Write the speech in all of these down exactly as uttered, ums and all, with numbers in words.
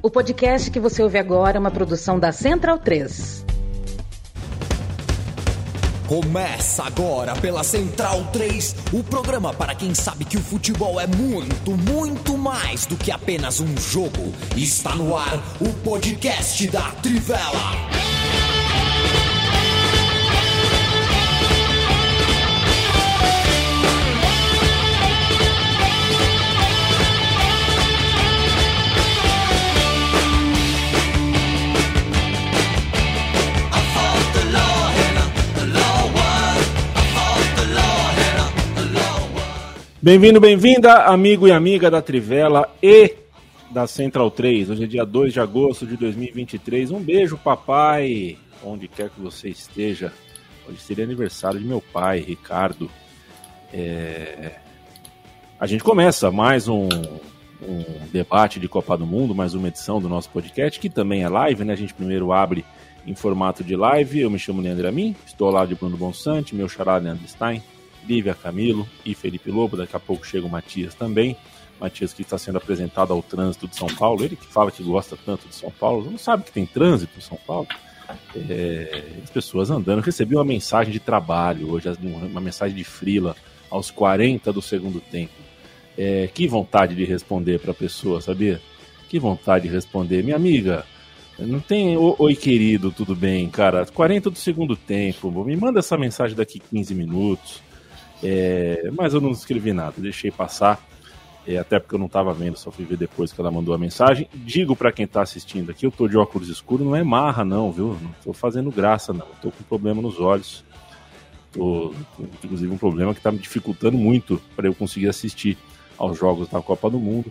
O podcast que você ouve agora é uma produção da Central três. Começa agora pela Central três, o programa para quem sabe que o futebol é muito, muito mais do que apenas um jogo. Está no ar o podcast da Trivela. Bem-vindo, bem-vinda, amigo e amiga da Trivela e da Central três. Hoje é dia dois de agosto de dois mil e vinte e três. Um beijo, papai, onde quer que você esteja. Hoje seria aniversário de meu pai, Ricardo. É... A gente começa mais um, um debate de Copa do Mundo, mais uma edição do nosso podcast, que também é live, né? A gente primeiro abre em formato de live. Eu me chamo Leandro Amin, estou ao lado de Bruno Bonsante, meu xará Leandro Stein, Lívia Camilo e Felipe Lobo. Daqui a pouco chega o Matias também. Matias que está sendo apresentado ao trânsito de São Paulo. Ele que fala que gosta tanto de São Paulo, não sabe que tem trânsito em São Paulo. É, as pessoas andando. Eu recebi uma mensagem de trabalho hoje, uma mensagem de frila aos quarenta do segundo tempo. É, que vontade de responder para a pessoa, sabia? Que vontade de responder. Minha amiga, não tem oi querido, tudo bem, cara? quarenta do segundo tempo, me manda essa mensagem daqui quinze minutos. É, mas eu não escrevi nada, deixei passar, é, até porque eu não estava vendo, só fui ver depois que ela mandou a mensagem. Digo para quem está assistindo aqui, eu tô de óculos escuros, não é marra não, viu? Não tô fazendo graça não, tô com problema nos olhos. Tô, inclusive um problema que está me dificultando muito para eu conseguir assistir aos jogos da Copa do Mundo.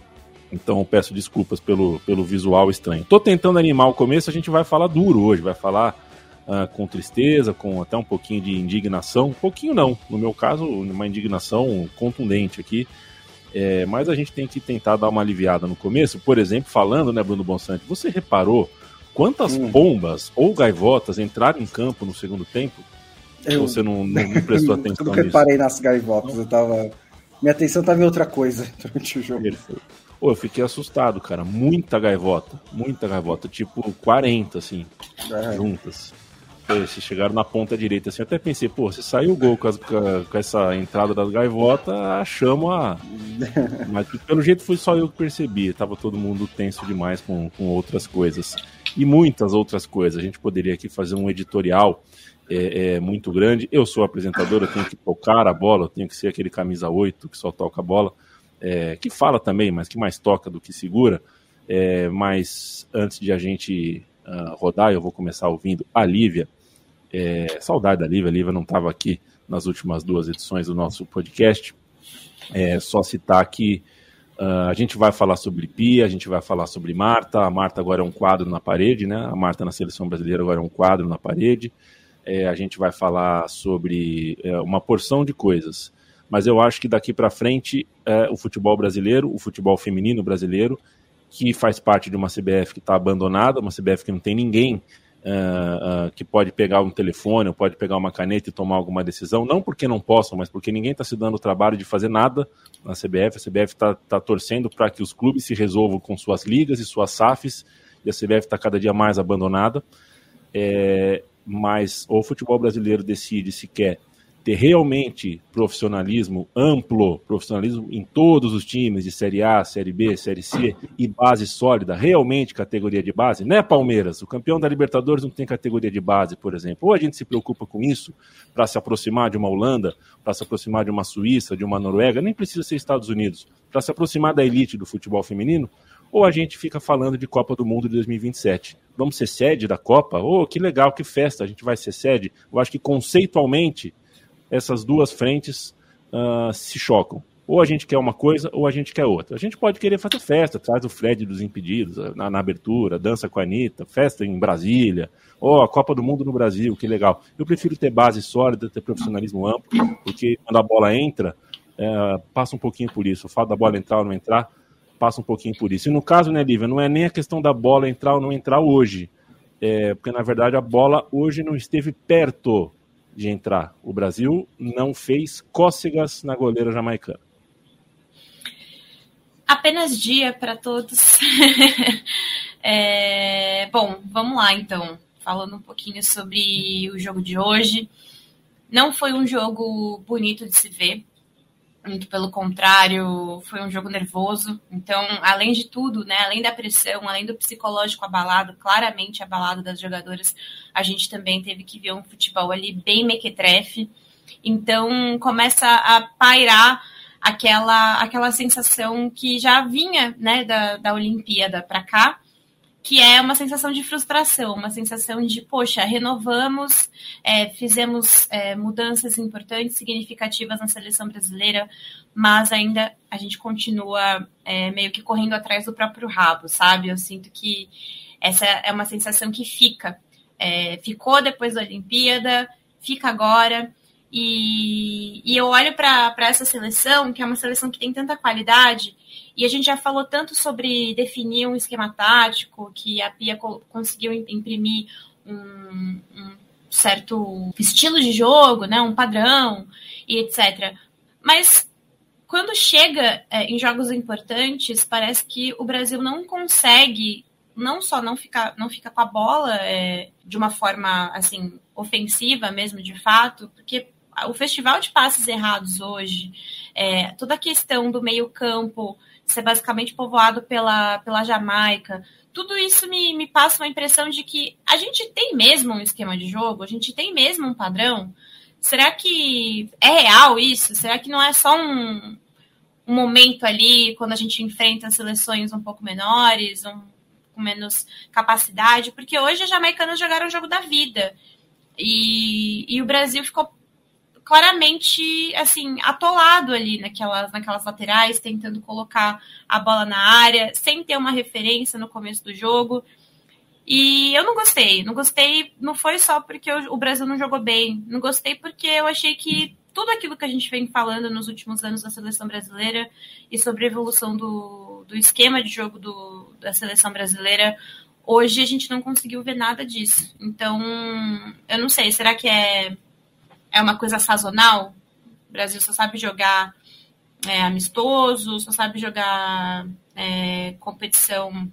Então peço desculpas pelo, pelo visual estranho. Tô tentando animar o começo, a gente vai falar duro hoje, vai falar Uh, com tristeza, com até um pouquinho de indignação, um pouquinho não, no meu caso uma indignação contundente aqui, é, mas a gente tem que tentar dar uma aliviada no começo. Por exemplo, falando, né, Bruno Bonsante, você reparou quantas hum. pombas ou gaivotas entraram em campo no segundo tempo? Eu... Ou você não, não, não prestou atenção eu nisso? Eu reparei nas gaivotas, eu tava... minha atenção estava em outra coisa durante o jogo. Pô, eu fiquei assustado, cara, muita gaivota, muita gaivota, tipo quarenta, assim, é. juntas. Se chegaram na ponta direita, assim, eu até pensei, pô, se saiu o gol com, as, com essa entrada das gaivotas, achamos a... Mas pelo jeito foi só eu que percebi, tava todo mundo tenso demais com, com outras coisas. E muitas outras coisas, a gente poderia aqui fazer um editorial é, é, muito grande. Eu sou apresentador, eu tenho que tocar a bola, eu tenho que ser aquele camisa oito que só toca a bola, é, que fala também, mas que mais toca do que segura. É, mas antes de a gente uh, rodar, eu vou começar ouvindo a Lívia. É, saudade da Lívia, a Lívia não estava aqui nas últimas duas edições do nosso podcast. É só citar que uh, a gente vai falar sobre Pia, a gente vai falar sobre Marta. A Marta agora é um quadro na parede, né? A Marta na seleção brasileira agora é um quadro na parede. É, a gente vai falar sobre é, uma porção de coisas, mas eu acho que daqui para frente é, o futebol brasileiro, o futebol feminino brasileiro, que faz parte de uma C B F que está abandonada, uma C B F que não tem ninguém Uh, uh, que pode pegar um telefone ou pode pegar uma caneta e tomar alguma decisão, não porque não possam, mas porque ninguém está se dando o trabalho de fazer nada na C B F. A C B F está tá torcendo para que os clubes se resolvam com suas ligas e suas S A Fs, e a C B F está cada dia mais abandonada. É, mas ou o futebol brasileiro decide se quer ter realmente profissionalismo amplo, profissionalismo em todos os times de Série A, Série B, Série C e base sólida, realmente categoria de base, né, Palmeiras? O campeão da Libertadores não tem categoria de base, por exemplo. Ou a gente se preocupa com isso para se aproximar de uma Holanda, para se aproximar de uma Suíça, de uma Noruega, nem precisa ser Estados Unidos, para se aproximar da elite do futebol feminino, ou a gente fica falando de Copa do Mundo de dois mil e vinte e sete. Vamos ser sede da Copa? Oh, que legal, que festa, a gente vai ser sede. Eu acho que conceitualmente essas duas frentes uh, se chocam. Ou a gente quer uma coisa, ou a gente quer outra. A gente pode querer fazer festa, traz o Fred dos Impedidos na, na abertura, dança com a Anitta, festa em Brasília, ou a Copa do Mundo no Brasil, que legal. Eu prefiro ter base sólida, ter profissionalismo amplo, porque quando a bola entra, é, passa um pouquinho por isso. O fato da bola entrar ou não entrar, passa um pouquinho por isso. E no caso, né, Lívia, não é nem a questão da bola entrar ou não entrar hoje, é, porque na verdade a bola hoje não esteve perto de entrar. O Brasil não fez cócegas na goleira jamaicana. Apenas dia para todos. é, bom, vamos lá então. Falando um pouquinho sobre o jogo de hoje. Não foi um jogo bonito de se ver. Muito pelo contrário, foi um jogo nervoso. Então, além de tudo, né, além da pressão, além do psicológico abalado, claramente abalado das jogadoras, a gente também teve que ver um futebol ali bem mequetrefe. Então, começa a pairar aquela, aquela sensação que já vinha, né, da, da Olimpíada para cá, que é uma sensação de frustração, uma sensação de, poxa, renovamos, é, fizemos é, mudanças importantes, significativas na seleção brasileira, mas ainda a gente continua é, meio que correndo atrás do próprio rabo, sabe? Eu sinto que essa é uma sensação que fica. É, ficou depois da Olimpíada, fica agora, e, e eu olho para essa seleção, que é uma seleção que tem tanta qualidade. E a gente já falou tanto sobre definir um esquema tático, que a Pia conseguiu imprimir um, um certo estilo de jogo, né, um padrão, e etcétera. Mas quando chega é, em jogos importantes, parece que o Brasil não consegue, não só não ficar não fica com a bola é, de uma forma assim ofensiva mesmo, de fato, porque o festival de passes errados hoje, é, toda a questão do meio-campo ser basicamente povoado pela, pela Jamaica, tudo isso me, me passa uma impressão de que a gente tem mesmo um esquema de jogo, a gente tem mesmo um padrão. Será que é real isso? Será que não é só um, um momento ali, quando a gente enfrenta seleções um pouco menores, um, com menos capacidade? Porque hoje as jamaicanas jogaram o jogo da vida, e, e o Brasil ficou claramente, assim, atolado ali naquelas, naquelas laterais, tentando colocar a bola na área, sem ter uma referência no começo do jogo. E eu não gostei. Não gostei, não foi só porque o Brasil não jogou bem. Não gostei porque eu achei que tudo aquilo que a gente vem falando nos últimos anos da seleção brasileira e sobre a evolução do, do esquema de jogo do, da seleção brasileira, hoje a gente não conseguiu ver nada disso. Então, eu não sei, será que é... É uma coisa sazonal? O Brasil só sabe jogar é, amistoso, só sabe jogar é, competição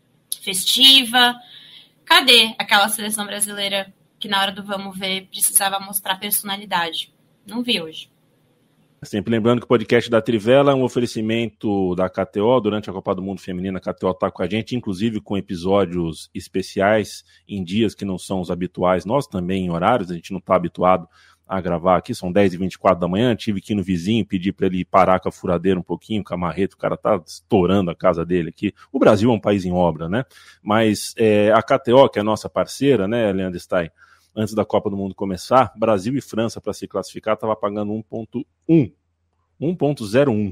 festiva. Cadê aquela seleção brasileira que na hora do vamos ver precisava mostrar personalidade? Não vi hoje. Sempre lembrando que o podcast da Trivela é um oferecimento da K T O. Durante a Copa do Mundo Feminina, a K T O está com a gente, inclusive com episódios especiais em dias que não são os habituais. Nós também em horários, a gente não está habituado a gravar aqui, são dez e vinte e quatro da manhã, tive que ir no vizinho, pedir para ele parar com a furadeira um pouquinho, com a marreta, o cara tá estourando a casa dele aqui. O Brasil é um país em obra, né? Mas é, a K T O, que é a nossa parceira, né, Leandro Stein, antes da Copa do Mundo começar, Brasil e França, para se classificar, estava pagando um ponto um, um ponto zero um.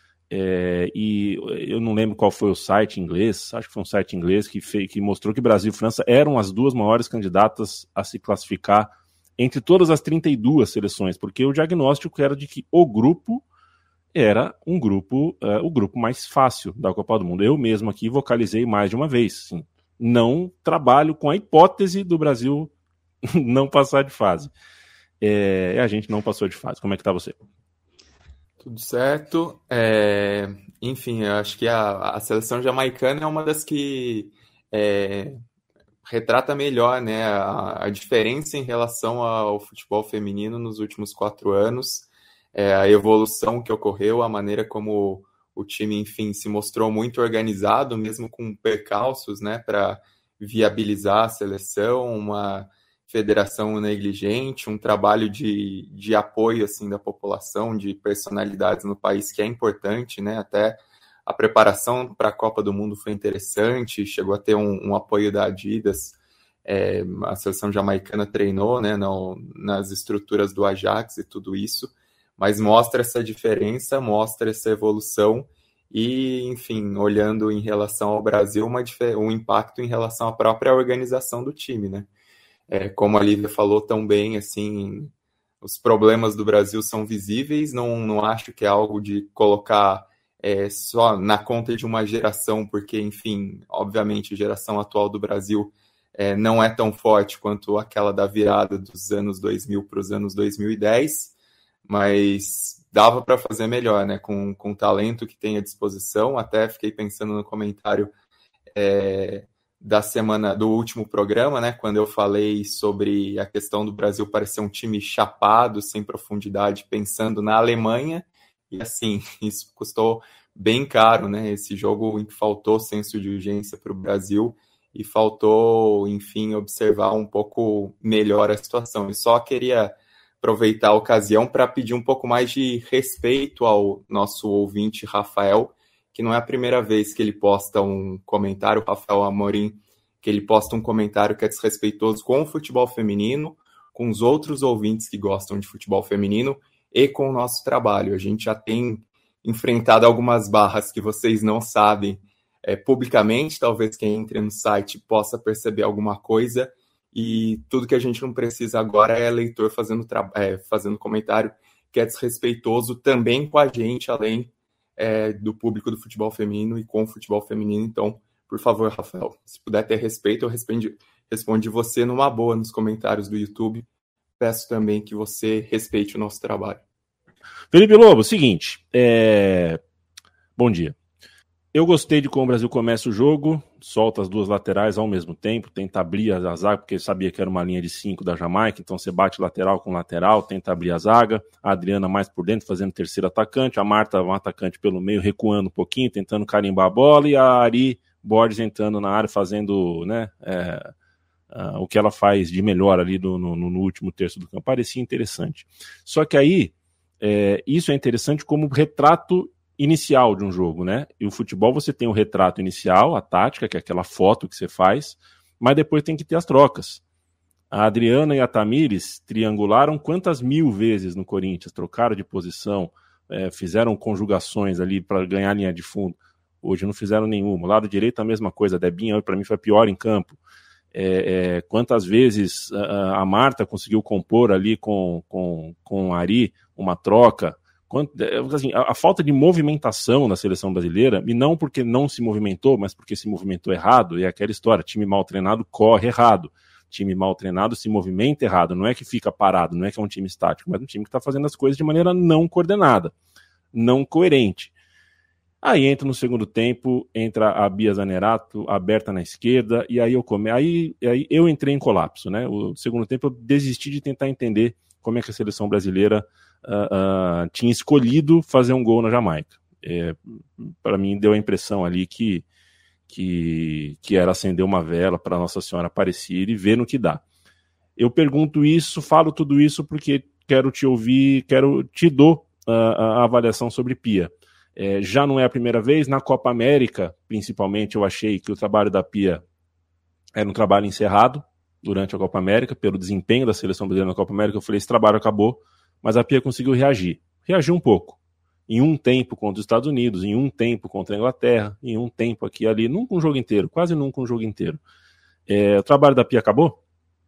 É, e eu não lembro qual foi o site inglês, acho que foi um site inglês que, fez, que mostrou que Brasil e França eram as duas maiores candidatas a se classificar entre todas as trinta e duas seleções, porque o diagnóstico era de que o grupo era um grupo, uh, o grupo mais fácil da Copa do Mundo. Eu mesmo aqui vocalizei mais de uma vez, sim. Não trabalho com a hipótese do Brasil não passar de fase. É, a gente não passou de fase. Como é que tá você? Tudo certo. É, enfim, eu acho que a, a seleção jamaicana é uma das que é, retrata melhor, né, a, a diferença em relação ao futebol feminino nos últimos quatro anos, é, a evolução que ocorreu, a maneira como o time, enfim, se mostrou muito organizado, mesmo com percalços, né, para viabilizar a seleção, uma federação negligente, um trabalho de, de apoio, assim, da população, de personalidades no país que é importante, né, até a preparação para a Copa do Mundo foi interessante, chegou a ter um, um apoio da Adidas, é, a seleção jamaicana treinou, né, no, nas estruturas do Ajax e tudo isso, mas mostra essa diferença, mostra essa evolução e, enfim, olhando em relação ao Brasil, uma, um impacto em relação à própria organização do time, né? É, como a Lívia falou tão bem, assim, os problemas do Brasil são visíveis, não, não acho que é algo de colocar é, só na conta de uma geração, porque, enfim, obviamente a geração atual do Brasil é, não é tão forte quanto aquela da virada dos anos dois mil para os anos dois mil e dez, mas dava para fazer melhor, né? Com, com o talento que tem à disposição. Até fiquei pensando no comentário é, da semana, do último programa, né? Quando eu falei sobre a questão do Brasil parecer um time chapado, sem profundidade, pensando na Alemanha. E assim, isso custou bem caro, né? Esse jogo em que faltou senso de urgência para o Brasil e faltou, enfim, observar um pouco melhor a situação. E só queria aproveitar a ocasião para pedir um pouco mais de respeito ao nosso ouvinte Rafael, que não é a primeira vez que ele posta um comentário, Rafael Amorim, que ele posta um comentário que é desrespeitoso com o futebol feminino, com os outros ouvintes que gostam de futebol feminino e com o nosso trabalho. A gente já tem enfrentado algumas barras que vocês não sabem é, publicamente, talvez quem entre no site possa perceber alguma coisa, e tudo que a gente não precisa agora é leitor fazendo, tra- é, fazendo comentário que é desrespeitoso também com a gente, além é, do público do futebol feminino e com o futebol feminino. Então, por favor, Rafael, se puder ter respeito, eu respondi, respondi você numa boa nos comentários do YouTube. Peço também que você respeite o nosso trabalho. Felipe Lobo, seguinte, é... bom dia. Eu gostei de como o Brasil começa o jogo, solta as duas laterais ao mesmo tempo, tenta abrir a zaga, porque sabia que era uma linha de cinco da Jamaica, então você bate lateral com lateral, tenta abrir a zaga, a Adriana mais por dentro, fazendo terceiro atacante, a Marta, um atacante pelo meio, recuando um pouquinho, tentando carimbar a bola, e a Ari Borges entrando na área, fazendo, né, é, uh, o que ela faz de melhor ali do, no, no último terço do campo. Parecia interessante. Só que aí, é, isso é interessante como retrato inicial de um jogo, né? E o futebol você tem o retrato inicial, a tática, que é aquela foto que você faz, mas depois tem que ter as trocas. A Adriana e a Tamires triangularam quantas mil vezes no Corinthians, trocaram de posição, é, fizeram conjugações ali para ganhar a linha de fundo. Hoje não fizeram nenhuma. O lado direito a mesma coisa, a Debinha para mim foi pior em campo. É, é, quantas vezes a, a Marta conseguiu compor ali com, com, com a Ari uma troca. Quanto, assim, a, a falta de movimentação na seleção brasileira, e não porque não se movimentou, mas porque se movimentou errado, é aquela história, time mal treinado corre errado, time mal treinado se movimenta errado, não é que fica parado, não é que é um time estático, mas um time que está fazendo as coisas de maneira não coordenada, não coerente. Aí entra no segundo tempo, entra a Bia Zanerato aberta na esquerda, e aí eu come... aí, aí eu entrei em colapso, né? O segundo tempo eu desisti de tentar entender como é que a seleção brasileira uh, uh, tinha escolhido fazer um gol na Jamaica. É, para mim deu a impressão ali que, que, que era acender uma vela para Nossa Senhora Aparecida e ver no que dá. Eu pergunto isso, falo tudo isso porque quero te ouvir, quero te dou uh, a avaliação sobre Pia. É, já não é a primeira vez, na Copa América, principalmente, eu achei que o trabalho da Pia era um trabalho encerrado durante a Copa América, pelo desempenho da seleção brasileira na Copa América. Eu falei, esse trabalho acabou, mas a Pia conseguiu reagir. Reagiu um pouco. Em um tempo contra os Estados Unidos, em um tempo contra a Inglaterra, em um tempo aqui e ali, nunca um jogo inteiro, quase nunca um jogo inteiro. É, o trabalho da Pia acabou?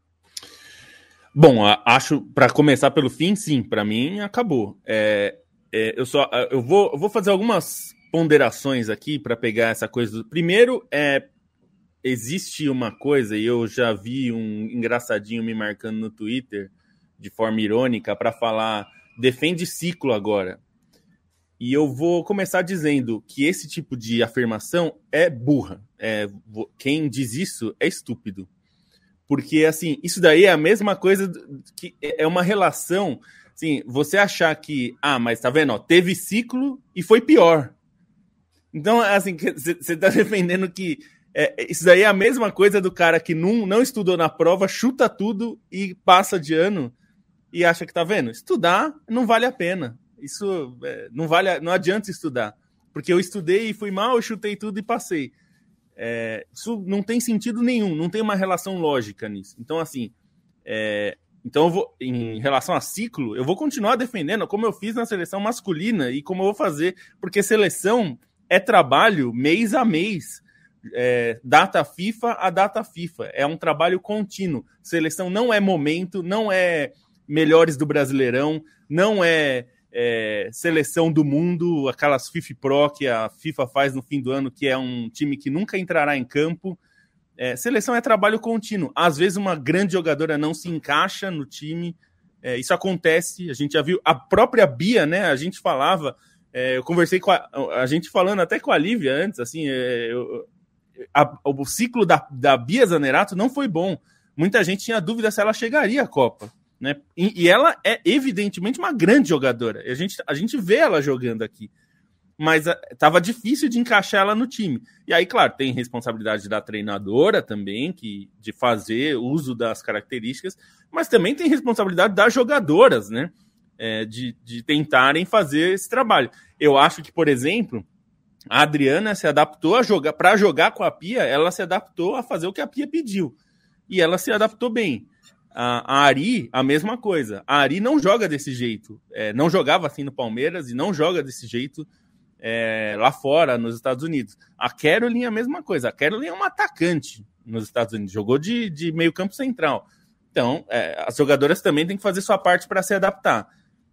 Bom, acho, para começar pelo fim, sim, para mim acabou. É... É, eu, só, eu, vou, eu vou fazer algumas ponderações aqui para pegar essa coisa. Do... Primeiro, é, existe uma coisa, e eu já vi um engraçadinho me marcando no Twitter, de forma irônica, para falar, defende ciclo agora. E eu vou começar dizendo que esse tipo de afirmação é burra. É, quem diz isso é estúpido. Porque, assim, isso daí é a mesma coisa, que é uma relação... Sim, você achar que, ah, mas tá vendo, ó, teve ciclo e foi pior. Então, assim, você tá defendendo que é, isso daí é a mesma coisa do cara que não, não estudou na prova, chuta tudo e passa de ano e acha que tá vendo. Estudar não vale a pena. Isso é, não vale, não adianta estudar. Porque eu estudei e fui mal, eu chutei tudo e passei. É, isso não tem sentido nenhum, não tem uma relação lógica nisso. Então, assim, é, Então, eu vou, em relação a ciclo, eu vou continuar defendendo como eu fiz na seleção masculina e como eu vou fazer, porque seleção é trabalho mês a mês, é, data FIFA a data FIFA, é um trabalho contínuo. Seleção não é momento, não é melhores do Brasileirão, não é, é seleção do mundo, aquelas FIFA Pro que a FIFA faz no fim do ano, que é um time que nunca entrará em campo. É, seleção é trabalho contínuo. Às vezes uma grande jogadora não se encaixa no time É, isso acontece, a gente já viu. A própria Bia, né? A gente falava, é, eu conversei com a, a gente falando até com a Lívia antes, assim, é, eu, a, o ciclo da, da Bia Zanerato não foi bom. Muita gente tinha dúvida se ela chegaria à Copa, né? E, e ela é evidentemente uma grande jogadora. A gente, a gente vê ela jogando aqui. Mas estava difícil de encaixar ela no time. E aí, claro, tem responsabilidade da treinadora também, que, de fazer uso das características, mas também tem responsabilidade das jogadoras, né? É, de, de tentarem fazer esse trabalho. Eu acho que, por exemplo, a Adriana se adaptou a jogar, para jogar com a Pia, ela se adaptou a fazer o que a Pia pediu. E ela se adaptou bem. A, a Ari, a mesma coisa. A Ari não joga desse jeito. É, não jogava assim no Palmeiras e não joga desse jeito É, lá fora, nos Estados Unidos. A Caroline é a mesma coisa. A Caroline é uma atacante nos Estados Unidos. Jogou de, de meio campo central. Então, é, as jogadoras também têm que fazer sua parte para se adaptar.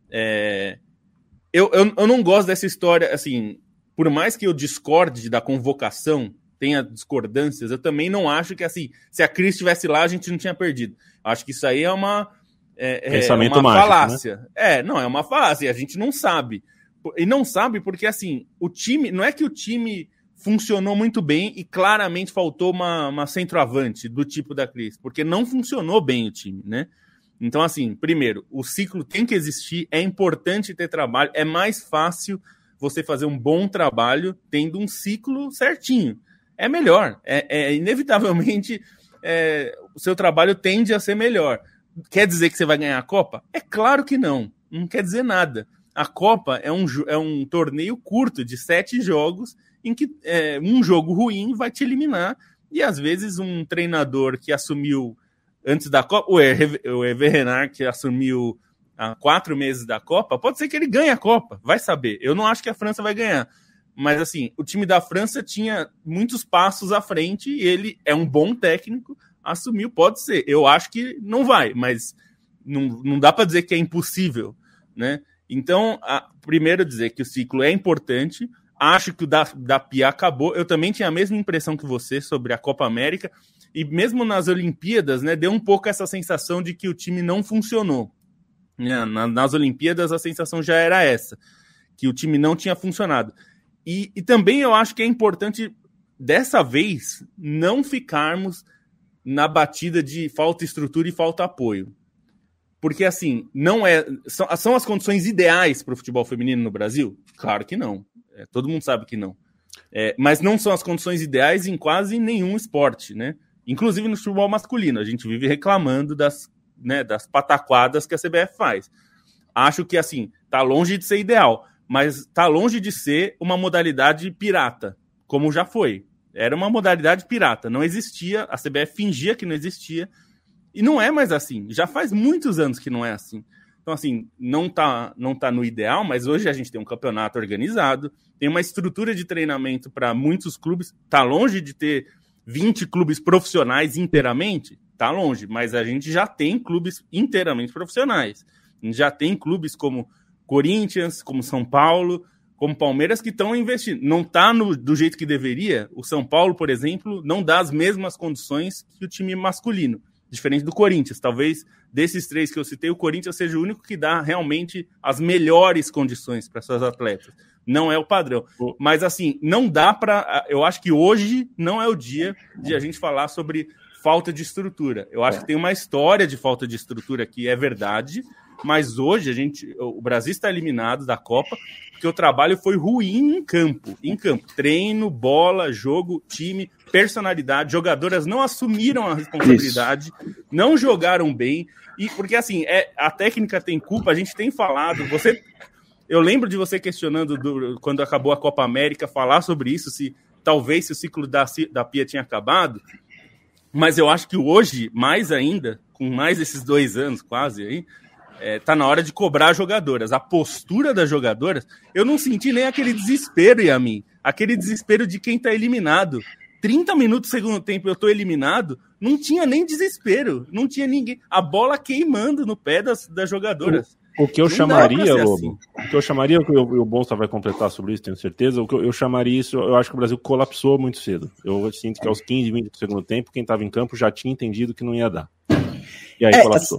É, eu, eu, eu não gosto dessa história, assim, por mais que eu discorde da convocação, tenha discordâncias, eu também não acho que, assim, se a Cris estivesse lá, a gente não tinha perdido. Acho que isso aí é uma, é, Pensamento é uma mágico, falácia. Né? É, não, é uma falácia. A gente não sabe. E não sabe porque, assim, o time... Não é que o time funcionou muito bem e claramente faltou uma, uma centroavante do tipo da Cris, porque não funcionou bem o time, né? Então, assim, primeiro, o ciclo tem que existir, é importante ter trabalho, é mais fácil você fazer um bom trabalho tendo um ciclo certinho. É melhor, é, é inevitavelmente é, o seu trabalho tende a ser melhor. Quer dizer que você vai ganhar a Copa? É claro que não, não quer dizer nada. A Copa é um, é um torneio curto de sete jogos em que é, um jogo ruim vai te eliminar e às vezes um treinador que assumiu antes da Copa, o Hervé Renard que assumiu há quatro meses da Copa, pode ser que ele ganhe a Copa, vai saber. Eu não acho que a França vai ganhar, mas assim, o time da França tinha muitos passos à frente e ele é um bom técnico, assumiu, pode ser. Eu acho que não vai, mas não, não dá para dizer que é impossível, né? Então, a, primeiro dizer que o ciclo é importante, acho que o da, da Pia acabou, eu também tinha a mesma impressão que você sobre a Copa América, e mesmo nas Olimpíadas, né, deu um pouco essa sensação de que o time não funcionou. Né? Na, nas Olimpíadas a sensação já era essa, que o time não tinha funcionado. E, e também eu acho que é importante, dessa vez, não ficarmos na batida de falta estrutura e falta apoio. Porque, assim, não é, são, são as condições ideais para o futebol feminino no Brasil? Claro que não. É, todo mundo sabe que não. É, mas não são as condições ideais em quase nenhum esporte, né? Inclusive no futebol masculino. A gente vive reclamando das, né, das pataquadas que a C B F faz. Acho que, assim, tá longe de ser ideal, mas tá longe de ser uma modalidade pirata, como já foi. Era uma modalidade pirata. Não existia, a C B F fingia que não existia. E não é mais assim, já faz muitos anos que não é assim. Então, assim, não tá, não tá no ideal, mas hoje a gente tem um campeonato organizado, tem uma estrutura de treinamento para muitos clubes, tá longe de ter vinte clubes profissionais inteiramente, tá longe, mas a gente já tem clubes inteiramente profissionais. A gente já tem clubes como Corinthians, como São Paulo, como Palmeiras que estão investindo. Não tá no, do jeito que deveria. O São Paulo, por exemplo, não dá as mesmas condições que o time masculino. Diferente do Corinthians. Talvez desses três que eu citei, o Corinthians seja o único que dá realmente as melhores condições para suas atletas. Não é o padrão. Mas, assim, não dá para... Eu acho que hoje não é o dia de a gente falar sobre falta de estrutura. Eu acho que tem uma história de falta de estrutura que é verdade, mas hoje a gente, o Brasil está eliminado da Copa porque o trabalho foi ruim em campo. Em campo. Treino, bola, jogo, time... personalidade, jogadoras não assumiram a responsabilidade, Isso. não jogaram bem, e porque assim, é, a técnica tem culpa, a gente tem falado, você, eu lembro de você questionando do, quando acabou a Copa América, falar sobre isso, se talvez se o ciclo da, da Pia tinha acabado, mas eu acho que hoje, mais ainda, com mais esses dois anos quase aí, é, tá na hora de cobrar jogadoras. A postura das jogadoras, eu não senti nem aquele desespero, Yamin, aquele desespero de quem tá eliminado. trinta minutos do segundo tempo eu tô eliminado, não tinha nem desespero, não tinha ninguém, a bola queimando no pé das, das jogadoras. O, o que eu não chamaria, Lobo, assim. o que eu chamaria, o, o Bonsa vai completar sobre isso, tenho certeza, o que eu, eu chamaria isso, eu acho que o Brasil colapsou muito cedo. Eu sinto que aos quinze, vinte do segundo tempo, quem estava em campo já tinha entendido que não ia dar. E aí é, colapsou.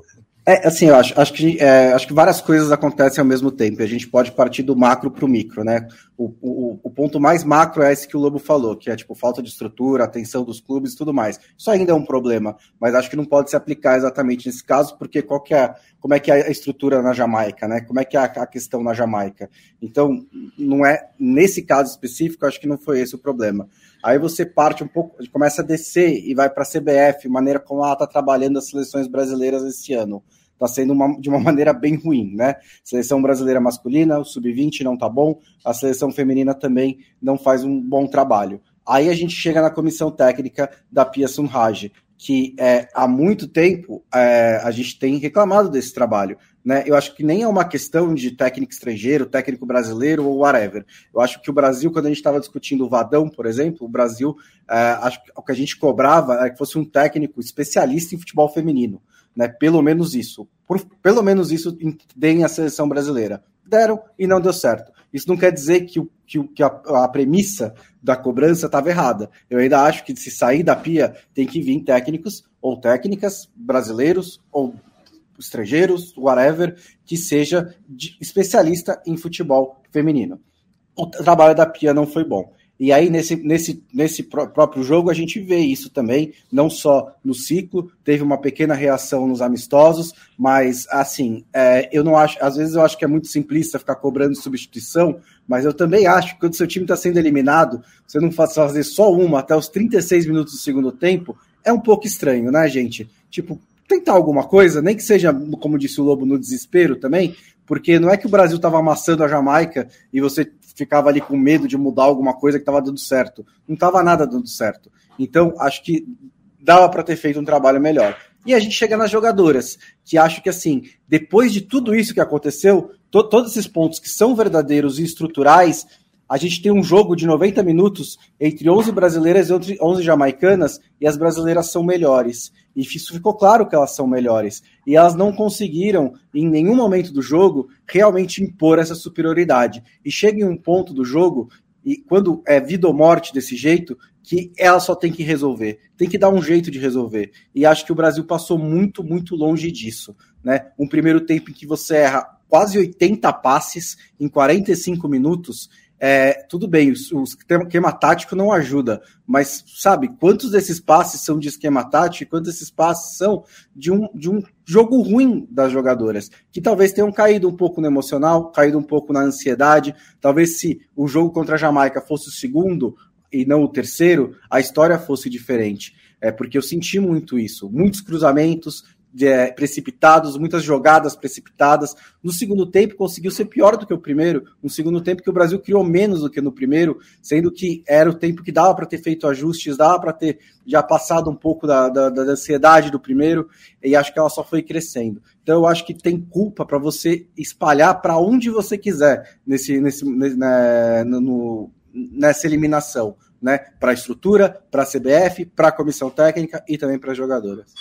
É, assim, eu acho, acho, que, é, acho que várias coisas acontecem ao mesmo tempo. A gente pode partir do macro para o micro, né? O, o, o ponto mais macro é esse que o Lobo falou, que é tipo falta de estrutura, atenção dos clubes e tudo mais. Isso ainda é um problema, mas acho que não pode se aplicar exatamente nesse caso, porque qual que é, como é que é a estrutura na Jamaica, né? Como é que é a, a questão na Jamaica? Então, não é nesse caso específico, acho que não foi esse o problema. Aí você parte um pouco, começa a descer e vai para a C B F, maneira como ela está trabalhando as seleções brasileiras esse ano. Está sendo uma, de uma maneira bem ruim, né? Seleção brasileira masculina, o sub vinte não está bom, a seleção feminina também não faz um bom trabalho. Aí a gente chega na comissão técnica da Pia Sunraj, que é, há muito tempo é, a gente tem reclamado desse trabalho, né? Eu acho que nem é uma questão de técnico estrangeiro, técnico brasileiro ou whatever. Eu acho que o Brasil, quando a gente estava discutindo o Vadão, por exemplo, o Brasil, é, acho que o que a gente cobrava era que fosse um técnico especialista em futebol feminino, né? Pelo menos isso. Por, pelo menos isso deem a seleção brasileira. Deram e não deu certo. Isso não quer dizer que, o, que, o, que a, a premissa da cobrança estava errada. Eu ainda acho que se sair da Pia tem que vir técnicos ou técnicas brasileiros ou estrangeiros, whatever, que seja de, especialista em futebol feminino. O trabalho da Pia não foi bom. E aí, nesse, nesse, nesse próprio jogo, a gente vê isso também, não só no ciclo, teve uma pequena reação nos amistosos, mas, assim, é, eu não acho, às vezes eu acho que é muito simplista ficar cobrando substituição, mas eu também acho que quando seu time está sendo eliminado, você não fazer só uma até os trinta e seis minutos do segundo tempo, é um pouco estranho, né, gente? Tipo, tentar alguma coisa, nem que seja, como disse o Lobo, no desespero também, porque não é que o Brasil estava amassando a Jamaica e você ficava ali com medo de mudar alguma coisa que estava dando certo. Não estava nada dando certo. Então, acho que dava para ter feito um trabalho melhor. E a gente chega nas jogadoras, que acho que, assim, depois de tudo isso que aconteceu, to- todos esses pontos que são verdadeiros e estruturais, a gente tem um jogo de noventa minutos entre onze brasileiras e onze jamaicanas, e as brasileiras são melhores. E isso ficou claro que elas são melhores. E elas não conseguiram, em nenhum momento do jogo, realmente impor essa superioridade. E chega em um ponto do jogo, e quando é vida ou morte desse jeito, que ela só tem que resolver. Tem que dar um jeito de resolver. E acho que o Brasil passou muito, muito longe disso, né? Um primeiro tempo em que você erra quase oitenta passes em quarenta e cinco minutos. É, tudo bem, o esquema tático não ajuda, mas sabe, quantos desses passes são de esquema tático e quantos desses passes são de um, de um jogo ruim das jogadoras, que talvez tenham caído um pouco no emocional, caído um pouco na ansiedade, talvez se o jogo contra a Jamaica fosse o segundo e não o terceiro, a história fosse diferente, é porque eu senti muito isso, muitos cruzamentos, É, precipitados, muitas jogadas precipitadas. No segundo tempo conseguiu ser pior do que o primeiro, um segundo tempo que o Brasil criou menos do que no primeiro, sendo que era o tempo que dava para ter feito ajustes, dava para ter já passado um pouco da, da, da ansiedade do primeiro, e acho que ela só foi crescendo. Então eu acho que tem culpa para você espalhar para onde você quiser nesse, nesse, né, no, nessa eliminação, né? Para a estrutura, para a C B F, para a comissão técnica e também para as jogadoras.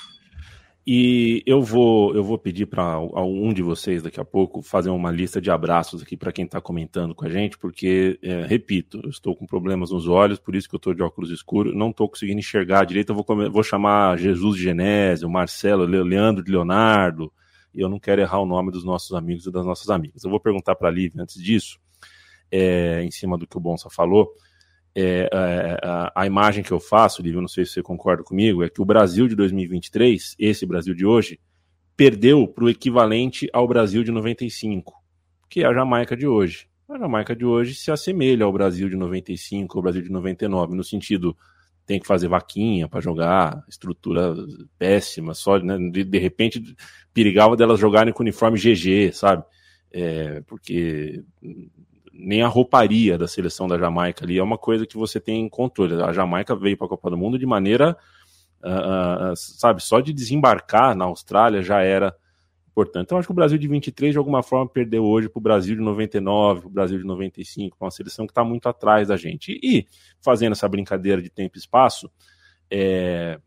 E eu vou, eu vou pedir para um de vocês daqui a pouco fazer uma lista de abraços aqui para quem está comentando com a gente, porque, é, repito, eu estou com problemas nos olhos, por isso que eu estou de óculos escuros, não estou conseguindo enxergar direito, eu vou, come- vou chamar Jesus de Genésio, Marcelo, Le- Leandro de Leonardo, e eu não quero errar o nome dos nossos amigos e das nossas amigas. Eu vou perguntar para a Lívia antes disso, é, em cima do que o Bonsa falou. É, a, a imagem que eu faço, Lívia, não sei se você concorda comigo, é que o Brasil de dois mil e vinte e três, esse Brasil de hoje, perdeu para o equivalente ao Brasil de noventa e cinco, que é a Jamaica de hoje. A Jamaica de hoje se assemelha ao Brasil de noventa e cinco, ao Brasil de noventa e nove, no sentido, tem que fazer vaquinha para jogar, estrutura péssima, só, né, de, de repente perigava delas jogarem com uniforme G G, sabe? É, porque nem a rouparia da seleção da Jamaica ali é uma coisa que você tem em controle. A Jamaica veio para a Copa do Mundo de maneira, uh, uh, sabe, só de desembarcar na Austrália já era importante. Então acho que o Brasil de vinte e três de alguma forma perdeu hoje para o Brasil de noventa e nove, para o Brasil de noventa e cinco, uma seleção que está muito atrás da gente. E, fazendo essa brincadeira de tempo e espaço, é...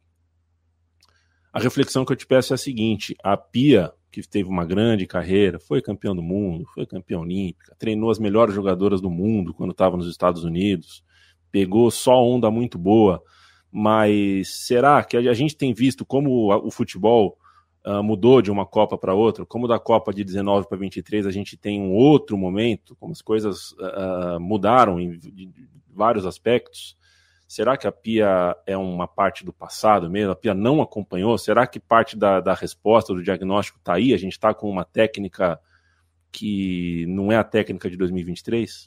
a reflexão que eu te peço é a seguinte: a Pia, que teve uma grande carreira, foi campeão do mundo, foi campeã olímpica, treinou as melhores jogadoras do mundo quando estava nos Estados Unidos, pegou só onda muito boa, mas será que a gente tem visto como o futebol uh, mudou de uma Copa para outra, como da Copa de dezenove para vinte e três a gente tem um outro momento, como as coisas uh, mudaram em, em vários aspectos, será que a Pia é uma parte do passado mesmo? A Pia não acompanhou? Será que parte da, da resposta, do diagnóstico está aí? A gente está com uma técnica que não é a técnica de dois mil e vinte e três?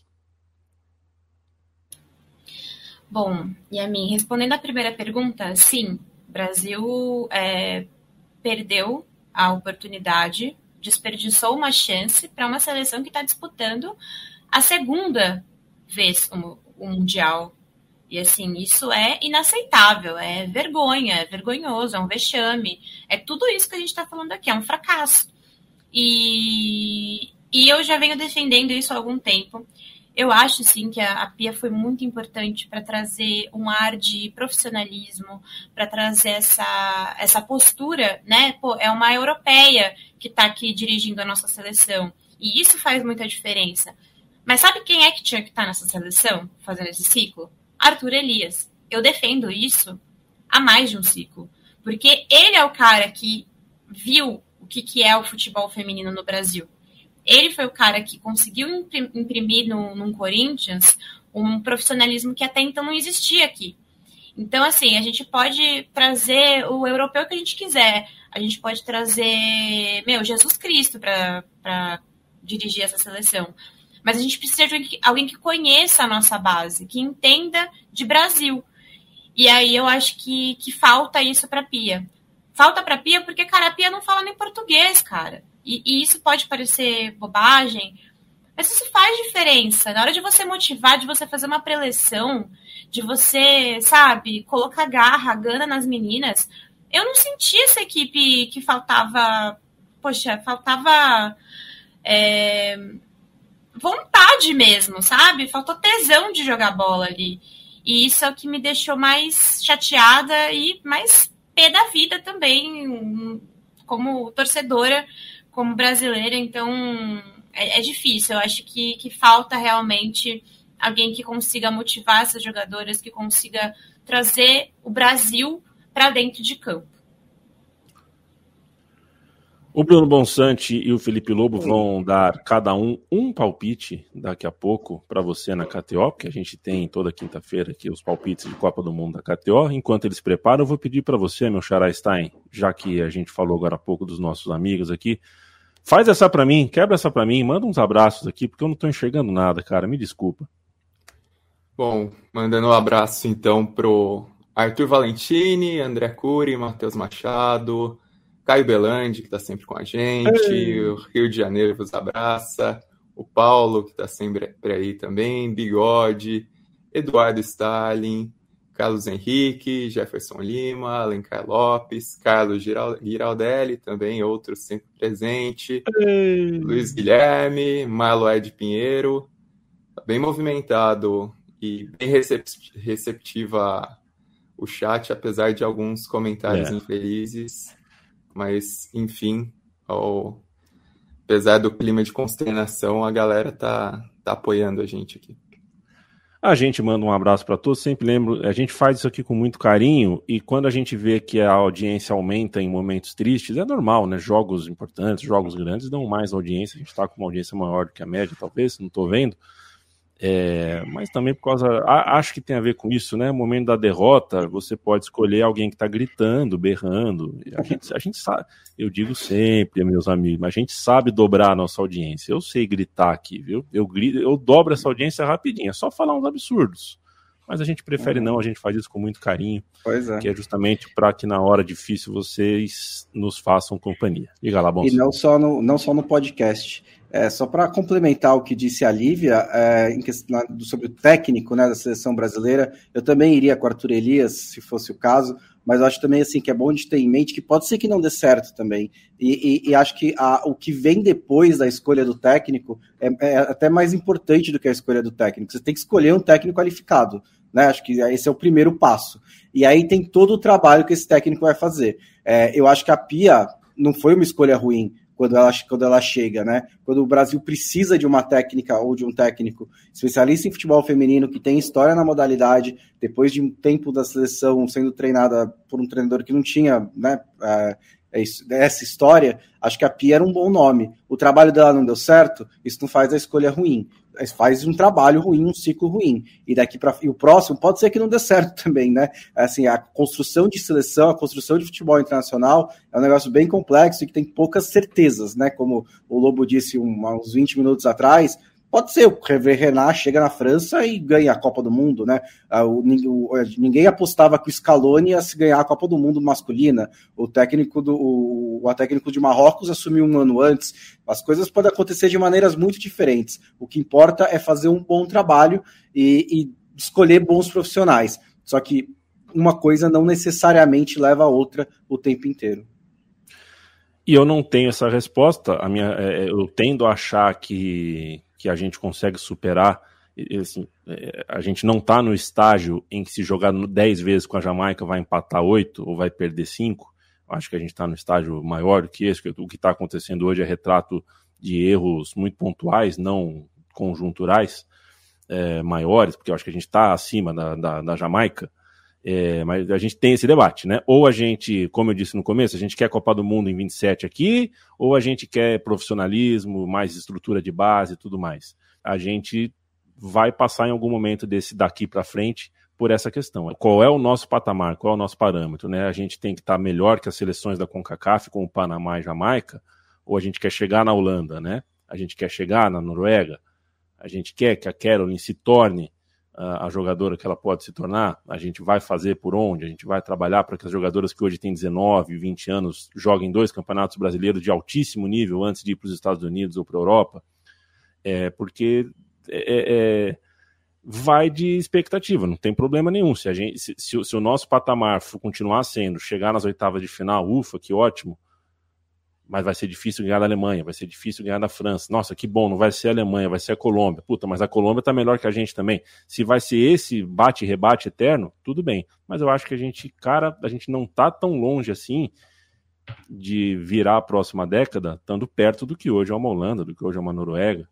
Bom, Yamin, respondendo à primeira pergunta, sim, o Brasil é, perdeu a oportunidade, desperdiçou uma chance para uma seleção que está disputando a segunda vez o, o Mundial. E assim, isso é inaceitável, é vergonha, é vergonhoso, é um vexame, é tudo isso que a gente está falando aqui, é um fracasso. E, e eu já venho defendendo isso há algum tempo. Eu acho, sim, que a, a Pia foi muito importante para trazer um ar de profissionalismo, para trazer essa, essa postura, né? Pô, é uma europeia que está aqui dirigindo a nossa seleção. E isso faz muita diferença. Mas sabe quem é que tinha que estar tá nessa seleção, fazendo esse ciclo? Arthur Elias. Eu defendo isso há mais de um ciclo. Porque ele é o cara que viu o que, que é o futebol feminino no Brasil. Ele foi o cara que conseguiu imprimir no, no Corinthians um profissionalismo que até então não existia aqui. Então, assim, a gente pode trazer o europeu que a gente quiser. A gente pode trazer, meu, Jesus Cristo para dirigir essa seleção. Mas a gente precisa de alguém que, alguém que conheça a nossa base, que entenda de Brasil. E aí eu acho que, que falta isso para a Pia. Falta para a Pia porque, cara, a Pia não fala nem português, cara. E, e isso pode parecer bobagem, mas isso faz diferença. Na hora de você motivar, de você fazer uma preleção, de você, sabe, colocar garra, gana nas meninas, eu não senti essa equipe que faltava, poxa, faltava é, vontade mesmo, sabe? Faltou tesão de jogar bola ali. E isso é o que me deixou mais chateada e mais pé da vida também, como torcedora, como brasileira, então é, é difícil. Eu acho que, que falta realmente alguém que consiga motivar essas jogadoras, que consiga trazer o Brasil para dentro de campo. O Bruno Bonsante e o Felipe Lobo vão dar cada um um palpite daqui a pouco para você na K T O, porque a gente tem toda quinta-feira aqui os palpites de Copa do Mundo da K T O. Enquanto eles preparam, eu vou pedir para você, meu xará Stein, já que a gente falou agora há pouco dos nossos amigos aqui, faz essa para mim, quebra essa para mim, manda uns abraços aqui, porque eu não estou enxergando nada, cara, me desculpa. Bom, mandando um abraço então pro Arthur Valentini, André Cury, Matheus Machado, Caio Belandi, que está sempre com a gente, Ei. O Rio de Janeiro vos abraça, o Paulo, que está sempre aí também, Bigode, Eduardo Stalin, Carlos Henrique, Jefferson Lima, Alencar Lopes, Carlos Giraldelli, também outro sempre presente, Ei. Luiz Guilherme, Marlo Ed Pinheiro, bem movimentado e bem receptiva o chat, apesar de alguns comentários é. infelizes. Mas, enfim, ao... apesar do clima de consternação, a galera tá, tá apoiando a gente aqui. A gente manda um abraço para todos, sempre lembro, a gente faz isso aqui com muito carinho, e quando a gente vê que a audiência aumenta em momentos tristes, é normal, né? Jogos importantes, jogos grandes dão mais audiência, a gente tá com uma audiência maior do que a média, talvez, não tô vendo. É, mas também por causa, acho que tem a ver com isso, né? No momento da derrota, você pode escolher alguém que tá gritando, berrando. A gente, a gente sabe, eu digo sempre, meus amigos, mas a gente sabe dobrar a nossa audiência. Eu sei gritar aqui, viu? Eu, grito, eu dobro essa audiência rapidinho, é só falar uns absurdos. Mas a gente prefere não, a gente faz isso com muito carinho. Pois é. Que é justamente para que na hora difícil vocês nos façam companhia. Diga lá, bom. E não só no, não só no podcast. É, só para complementar o que disse a Lívia, é, em questão, sobre o técnico, né, da seleção brasileira, eu também iria com o Arthur Elias, se fosse o caso, mas eu acho também assim, que é bom de ter em mente que pode ser que não dê certo também. E, e, e acho que a, o que vem depois da escolha do técnico é, é até mais importante do que a escolha do técnico. Você tem que escolher um técnico qualificado, né? Acho que esse é o primeiro passo. E aí tem todo o trabalho que esse técnico vai fazer. É, eu acho que a Pia não foi uma escolha ruim quando ela, quando ela chega, né? Quando o Brasil precisa de uma técnica ou de um técnico especialista em futebol feminino que tem história na modalidade, depois de um tempo da seleção sendo treinada por um treinador que não tinha, né, é, essa história, acho que a Pia era um bom nome. O trabalho dela não deu certo, isso não faz a escolha ruim. Faz um trabalho ruim, um ciclo ruim. E daqui para e o próximo pode ser que não dê certo também, né? Assim, a construção de seleção, a construção de futebol internacional é um negócio bem complexo e que tem poucas certezas, né? Como o Lobo disse um, uns vinte minutos atrás. Pode ser, o Hervé Renard chega na França e ganha a Copa do Mundo, né? O, o, ninguém apostava que o Scaloni ia se ganhar a Copa do Mundo masculina. O técnico do o, o técnico de Marrocos assumiu um ano antes. As coisas podem acontecer de maneiras muito diferentes. O que importa é fazer um bom trabalho e, e escolher bons profissionais. Só que uma coisa não necessariamente leva a outra o tempo inteiro. E eu não tenho essa resposta. A minha, eu tendo a achar que que a gente consegue superar, assim, a gente não está no estágio em que se jogar dez vezes com a Jamaica vai empatar oito ou vai perder cinco. Acho que a gente está no estágio maior do que esse. O que está acontecendo hoje é retrato de erros muito pontuais, não conjunturais, é, maiores, porque eu acho que a gente está acima da, da, da Jamaica. É, mas a gente tem esse debate, né? Ou a gente, como eu disse no começo, a gente quer Copa do Mundo em vinte e sete aqui, ou a gente quer profissionalismo, mais estrutura de base e tudo mais. A gente vai passar em algum momento desse daqui para frente por essa questão. Qual é o nosso patamar, qual é o nosso parâmetro, né? A gente tem que estar melhor que as seleções da CONCACAF, como Panamá e Jamaica, ou a gente quer chegar na Holanda, né? A gente quer chegar na Noruega, a gente quer que a Caroline se torne a jogadora que ela pode se tornar, a gente vai fazer por onde, a gente vai trabalhar para que as jogadoras que hoje têm dezenove, vinte anos joguem dois campeonatos brasileiros de altíssimo nível antes de ir para os Estados Unidos ou para a Europa, é, porque é, é, vai de expectativa, não tem problema nenhum. Se, a gente, se, se, se o nosso patamar for continuar sendo chegar nas oitavas de final, ufa, que ótimo, mas vai ser difícil ganhar da Alemanha, vai ser difícil ganhar da França. Nossa, que bom, não vai ser a Alemanha, vai ser a Colômbia. Puta, mas a Colômbia tá melhor que a gente também. Se vai ser esse bate e rebate eterno, tudo bem. Mas eu acho que a gente, cara, a gente não tá tão longe assim de virar a próxima década, estando perto do que hoje é uma Holanda, do que hoje é uma Noruega.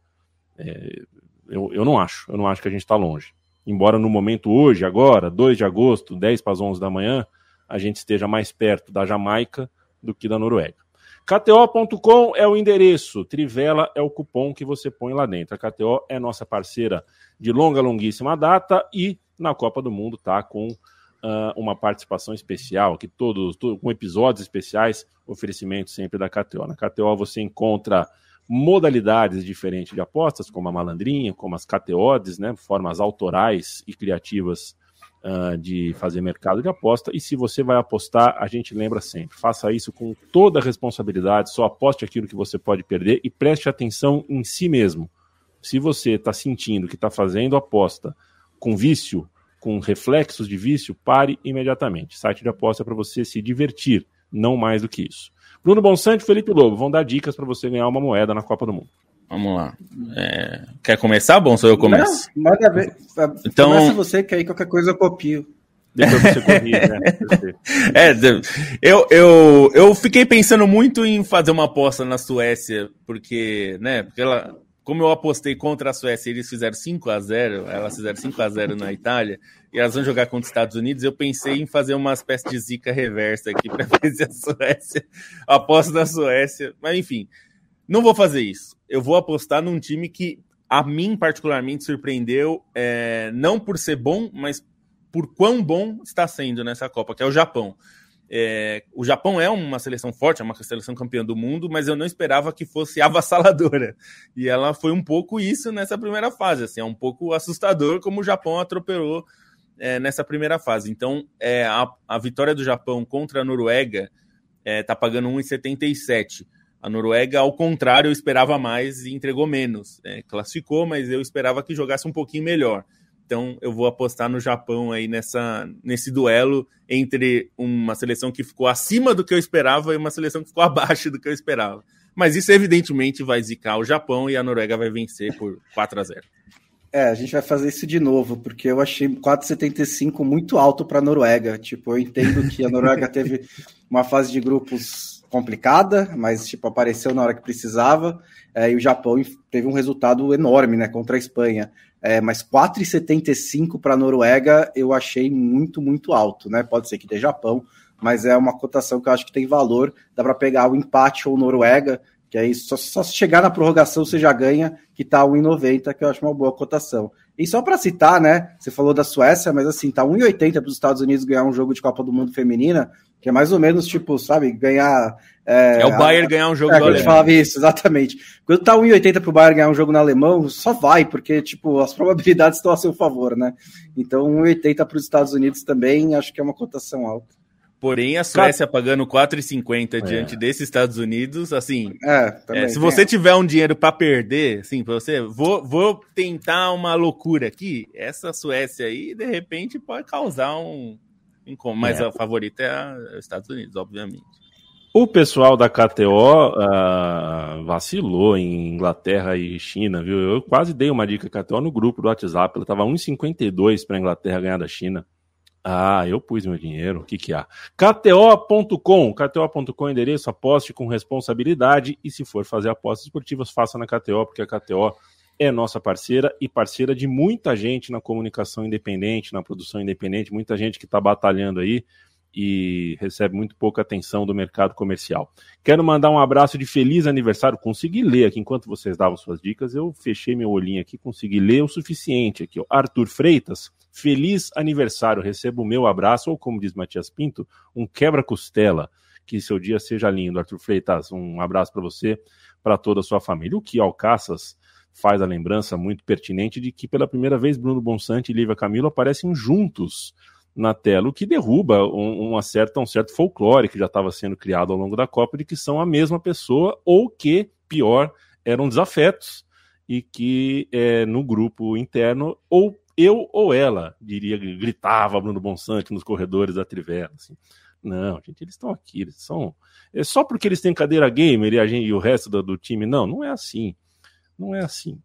É, eu, eu não acho, eu não acho que a gente tá longe. Embora no momento hoje, agora, dois de agosto, dez para as onze da manhã, a gente esteja mais perto da Jamaica do que da Noruega. K T O ponto com é o endereço, Trivela é o cupom que você põe lá dentro. A K T O é nossa parceira de longa, longuíssima data e na Copa do Mundo está com uh, uma participação especial, que todos, todos, com episódios especiais, oferecimento sempre da K T O. Na K T O você encontra modalidades diferentes de apostas, como a malandrinha, como as K T Odds, né, formas autorais e criativas Uh, de fazer mercado de aposta, e se você vai apostar, a gente lembra sempre, faça isso com toda a responsabilidade, só aposte aquilo que você pode perder e preste atenção em si mesmo. Se você está sentindo que está fazendo aposta com vício, com reflexos de vício, pare imediatamente. Site de aposta é para você se divertir, não mais do que isso. Bruno Bonsante e Felipe Lobo vão dar dicas para você ganhar uma moeda na Copa do Mundo. Vamos lá. É... Quer começar, bom? Sou eu que começo? Não, manda ver. Então... Começa você, que aí qualquer coisa eu copio. Depois você corrige, né? é, eu, eu, eu fiquei pensando muito em fazer uma aposta na Suécia, porque, né, porque ela, como eu apostei contra a Suécia, eles fizeram cinco a zero, elas fizeram cinco a zero na Itália, e elas vão jogar contra os Estados Unidos, eu pensei em fazer uma espécie de zica reversa aqui para ver se a Suécia, a aposta da Suécia, mas enfim, não vou fazer isso. Eu vou apostar num time que a mim particularmente surpreendeu, é, não por ser bom, mas por quão bom está sendo nessa Copa, que é o Japão. É, o Japão é uma seleção forte, é uma seleção campeã do mundo, mas eu não esperava que fosse avassaladora. E ela foi um pouco isso nessa primeira fase. Assim, é um pouco assustador como o Japão atropelou é, nessa primeira fase. Então, é, a, a vitória do Japão contra a Noruega está é, pagando um vírgula setenta e sete. A Noruega, ao contrário, eu esperava mais e entregou menos. É, classificou, mas eu esperava que jogasse um pouquinho melhor. Então, eu vou apostar no Japão aí nessa, nesse duelo entre uma seleção que ficou acima do que eu esperava e uma seleção que ficou abaixo do que eu esperava. Mas isso, evidentemente, vai zicar o Japão e a Noruega vai vencer por quatro a zero. É, a gente vai fazer isso de novo, porque eu achei quatro vírgula setenta e cinco muito alto para a Noruega. Tipo, eu entendo que a Noruega teve uma fase de grupos complicada, mas tipo, apareceu na hora que precisava, é, e o Japão teve um resultado enorme, né, contra a Espanha. É, mas quatro e setenta e cinco para a Noruega eu achei muito, muito alto, né? Pode ser que dê Japão, mas é uma cotação que eu acho que tem valor. Dá para pegar o empate ou Noruega, que aí só, só se chegar na prorrogação você já ganha, que tá um e noventa, que eu acho uma boa cotação. E só para citar, né? Você falou da Suécia, mas assim, tá um e oitenta para os Estados Unidos ganhar um jogo de Copa do Mundo feminina, que é mais ou menos tipo, sabe, ganhar. É, é o Bayern a, ganhar um jogo é, do Alemão. Eu falava isso, exatamente. Quando tá um e oitenta pro Bayern ganhar um jogo no alemão, só vai, porque tipo, as probabilidades estão a seu favor, né? Então um e oitenta para os Estados Unidos também, acho que é uma cotação alta. Porém, a Suécia pagando quatro e cinquenta é. diante desses Estados Unidos, assim, é, também, é, se você é. tiver um dinheiro para perder, assim, para você, vou, vou tentar uma loucura aqui, essa Suécia aí, de repente, pode causar um incômodo, mas é. a favorita é a Estados Unidos, obviamente. O pessoal da K T O uh, vacilou em Inglaterra e China, viu? Eu quase dei uma dica K T O no grupo do WhatsApp, ela estava um e cinquenta e dois para a Inglaterra ganhar da China. Ah, eu pus meu dinheiro, o que que há? K T O ponto com, K T O ponto com, endereço, aposte com responsabilidade e se for fazer apostas esportivas, faça na K T O, porque a K T O é nossa parceira e parceira de muita gente na comunicação independente, na produção independente, muita gente que está batalhando aí e recebe muito pouca atenção do mercado comercial. Quero mandar um abraço de feliz aniversário, consegui ler aqui, enquanto vocês davam suas dicas, eu fechei meu olhinho aqui, consegui ler o suficiente aqui, ó. Arthur Freitas, feliz aniversário, recebo o meu abraço, ou como diz Matias Pinto, um quebra-costela, que seu dia seja lindo. Arthur Freitas, um abraço para você, para toda a sua família. O que Alcaças faz a lembrança muito pertinente de que pela primeira vez Bruno Bonsante e Lívia Camilo aparecem juntos na tela, o que derruba um, uma certa, um certo folclore que já estava sendo criado ao longo da Copa de que são a mesma pessoa ou que, pior, eram desafetos e que é, no grupo interno ou eu ou ela, diria, gritava Bruno Bonsante nos corredores da Trivela. Assim. Não, gente, eles estão aqui, eles são... É só porque eles têm cadeira gamer e, a gente, e o resto do, do time, não, não é assim. Não é assim.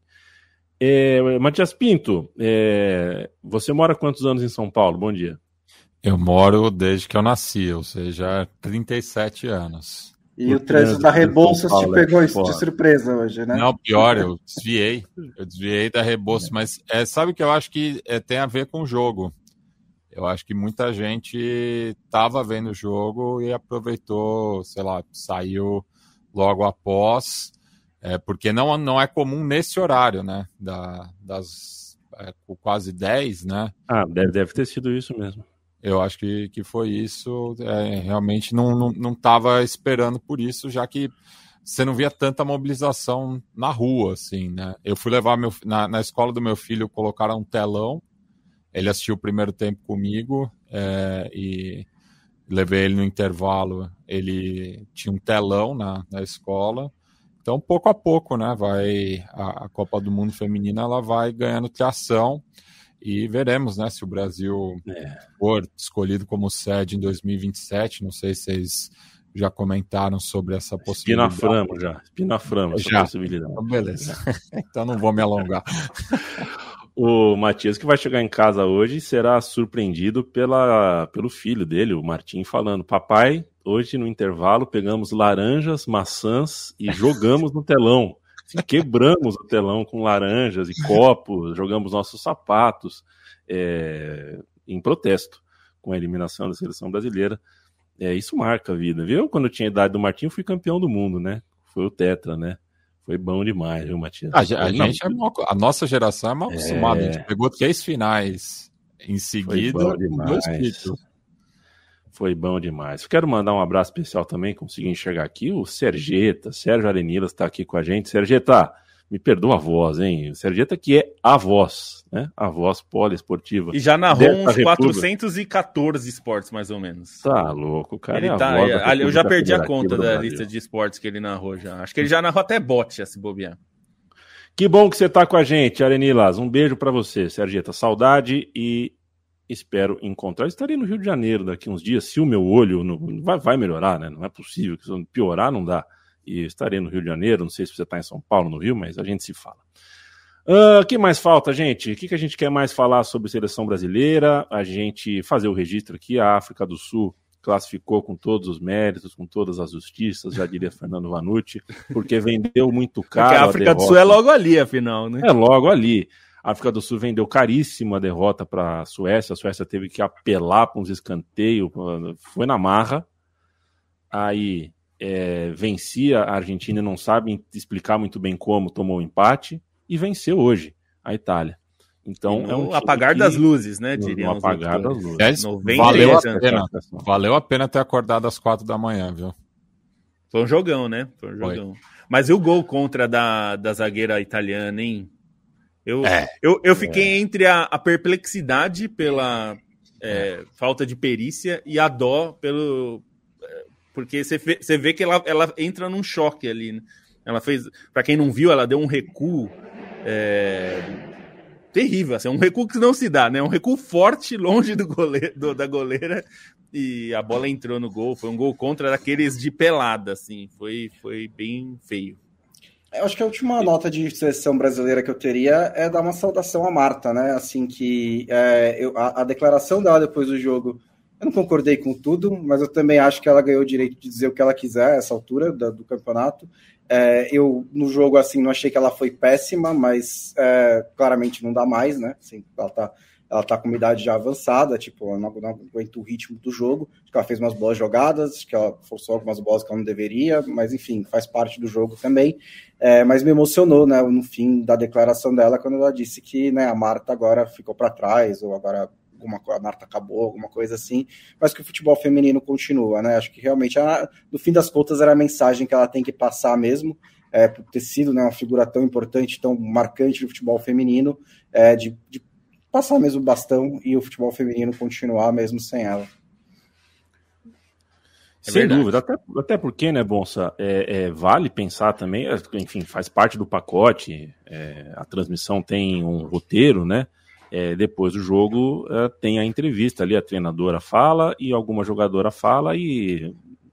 É, Matias Pinto, é, você mora quantos anos em São Paulo? Bom dia. Eu moro desde que eu nasci, ou seja, trinta e sete anos. E o trânsito da Rebouças te pegou isso de surpresa hoje, né? Não, pior, eu desviei. Eu desviei da Rebouças, mas é, sabe o que eu acho que é, tem a ver com o jogo? Eu acho que muita gente estava vendo o jogo e aproveitou, sei lá, saiu logo após, é, porque não, não é comum nesse horário, né? Da, das é, quase dez, né? Ah, deve, deve ter sido isso mesmo. Eu acho que, que foi isso, é, realmente não não não estava esperando por isso, já que você não via tanta mobilização na rua, assim, né? Eu fui levar meu na, na escola do meu filho, colocaram um telão, ele assistiu o primeiro tempo comigo é, e levei ele no intervalo, ele tinha um telão na, na escola, então pouco a pouco, né? Vai a, a Copa do Mundo Feminina, ela vai ganhando tração. E veremos, né, se o Brasil é. for escolhido como sede em dois mil e vinte e sete. Não sei se vocês já comentaram sobre essa possibilidade. Espinaframos já, espinaframos essa já. possibilidade. Então, beleza, então não vou me alongar. O Matias, que vai chegar em casa hoje, será surpreendido pela, pelo filho dele, o Martim, falando: papai, hoje no intervalo pegamos laranjas, maçãs e jogamos no telão. Quebramos o telão com laranjas e copos, jogamos nossos sapatos é, em protesto com a eliminação da seleção brasileira. É, isso marca a vida, viu? Quando eu tinha a idade do Martinho, fui campeão do mundo, né? Foi o Tetra, né? Foi bom demais, viu, Matias? A, a, gente é mal, a nossa geração é mal acostumada. É... A gente pegou três finais em seguida. Foi bom demais. Foi bom demais. Quero mandar um abraço especial também, consegui enxergar aqui, o Sergeta, Sérgio Arenilas está aqui com a gente. Sergeta, me perdoa a voz, hein? O Sergeta que é a voz, né? A voz poliesportiva. E já narrou uns quatrocentos e quatorze esportes, mais ou menos. Tá louco, cara. Ele é tá, voz é, eu já perdi a conta da lista de esportes que ele narrou já. Acho que ele já narrou até bote, se bobear. Que bom que você tá com a gente, Arenilas. Um beijo para você, Sergeta. Saudade e... espero encontrar. Eu estarei no Rio de Janeiro daqui uns dias, se o meu olho não, vai, vai melhorar, né? Não é possível, que se piorar não dá. E estarei no Rio de Janeiro, não sei se você está em São Paulo, no Rio, mas a gente se fala. O uh, que mais falta, gente? O que, que a gente quer mais falar sobre seleção brasileira? A gente fazer o registro aqui, a África do Sul classificou com todos os méritos, com todas as justiças, já diria Fernando Vanucci, porque vendeu muito caro. Porque a África a do Sul é logo ali, afinal, né? É logo ali. A África do Sul vendeu caríssimo a derrota para a Suécia. A Suécia teve que apelar para uns escanteios, foi na marra. Aí é, vencia a Argentina, não sabe explicar muito bem como, tomou o empate e venceu hoje a Itália. Então, no é um apagar que, das luzes, né? No, diríamos no apagar das luzes. É, valeu, a pena, valeu a pena ter acordado às quatro da manhã, viu? Foi um jogão, né? Foi um jogão. Foi. Mas e o gol contra da, da zagueira italiana, hein? Eu, é, eu, eu fiquei é. entre a, a perplexidade pela é, falta de perícia e a dó pelo... Porque você vê, você vê que ela, ela entra num choque ali, né? Ela fez... Para quem não viu, ela deu um recuo... É, terrível, assim, um recuo que não se dá, né? Um recuo forte, longe do goleiro, do, da goleira, e a bola entrou no gol. Foi um gol contra daqueles de pelada, assim. Foi, foi bem feio. Eu acho que a última nota de seleção brasileira que eu teria é dar uma saudação à Marta, né? Assim que é, eu, a, a declaração dela depois do jogo, eu não concordei com tudo, mas eu também acho que ela ganhou o direito de dizer o que ela quiser a essa altura da, do campeonato. É, eu, no jogo, assim, não achei que ela foi péssima, mas é, claramente não dá mais, né? Assim, ela tá, ela tá com uma idade já avançada, tipo, ela não, não aguenta o ritmo do jogo. Acho que ela fez umas boas jogadas, acho que ela forçou algumas bolas que ela não deveria, mas enfim, faz parte do jogo também. É, mas me emocionou, né, no fim da declaração dela, quando ela disse que, né, a Marta agora ficou para trás, ou agora alguma a Marta acabou, alguma coisa assim, mas que o futebol feminino continua, né? Acho que realmente, ela, no fim das contas, era a mensagem que ela tem que passar mesmo, é, por ter sido, né, uma figura tão importante, tão marcante do futebol feminino, é, de, de passar mesmo o bastão e o futebol feminino continuar mesmo sem ela. É Sem verdade. dúvida, até, até porque, né, Bonsa, é, é, vale pensar também, enfim, faz parte do pacote, é, a transmissão tem um roteiro, né? É, depois do jogo é, tem a entrevista ali, a treinadora fala e alguma jogadora fala e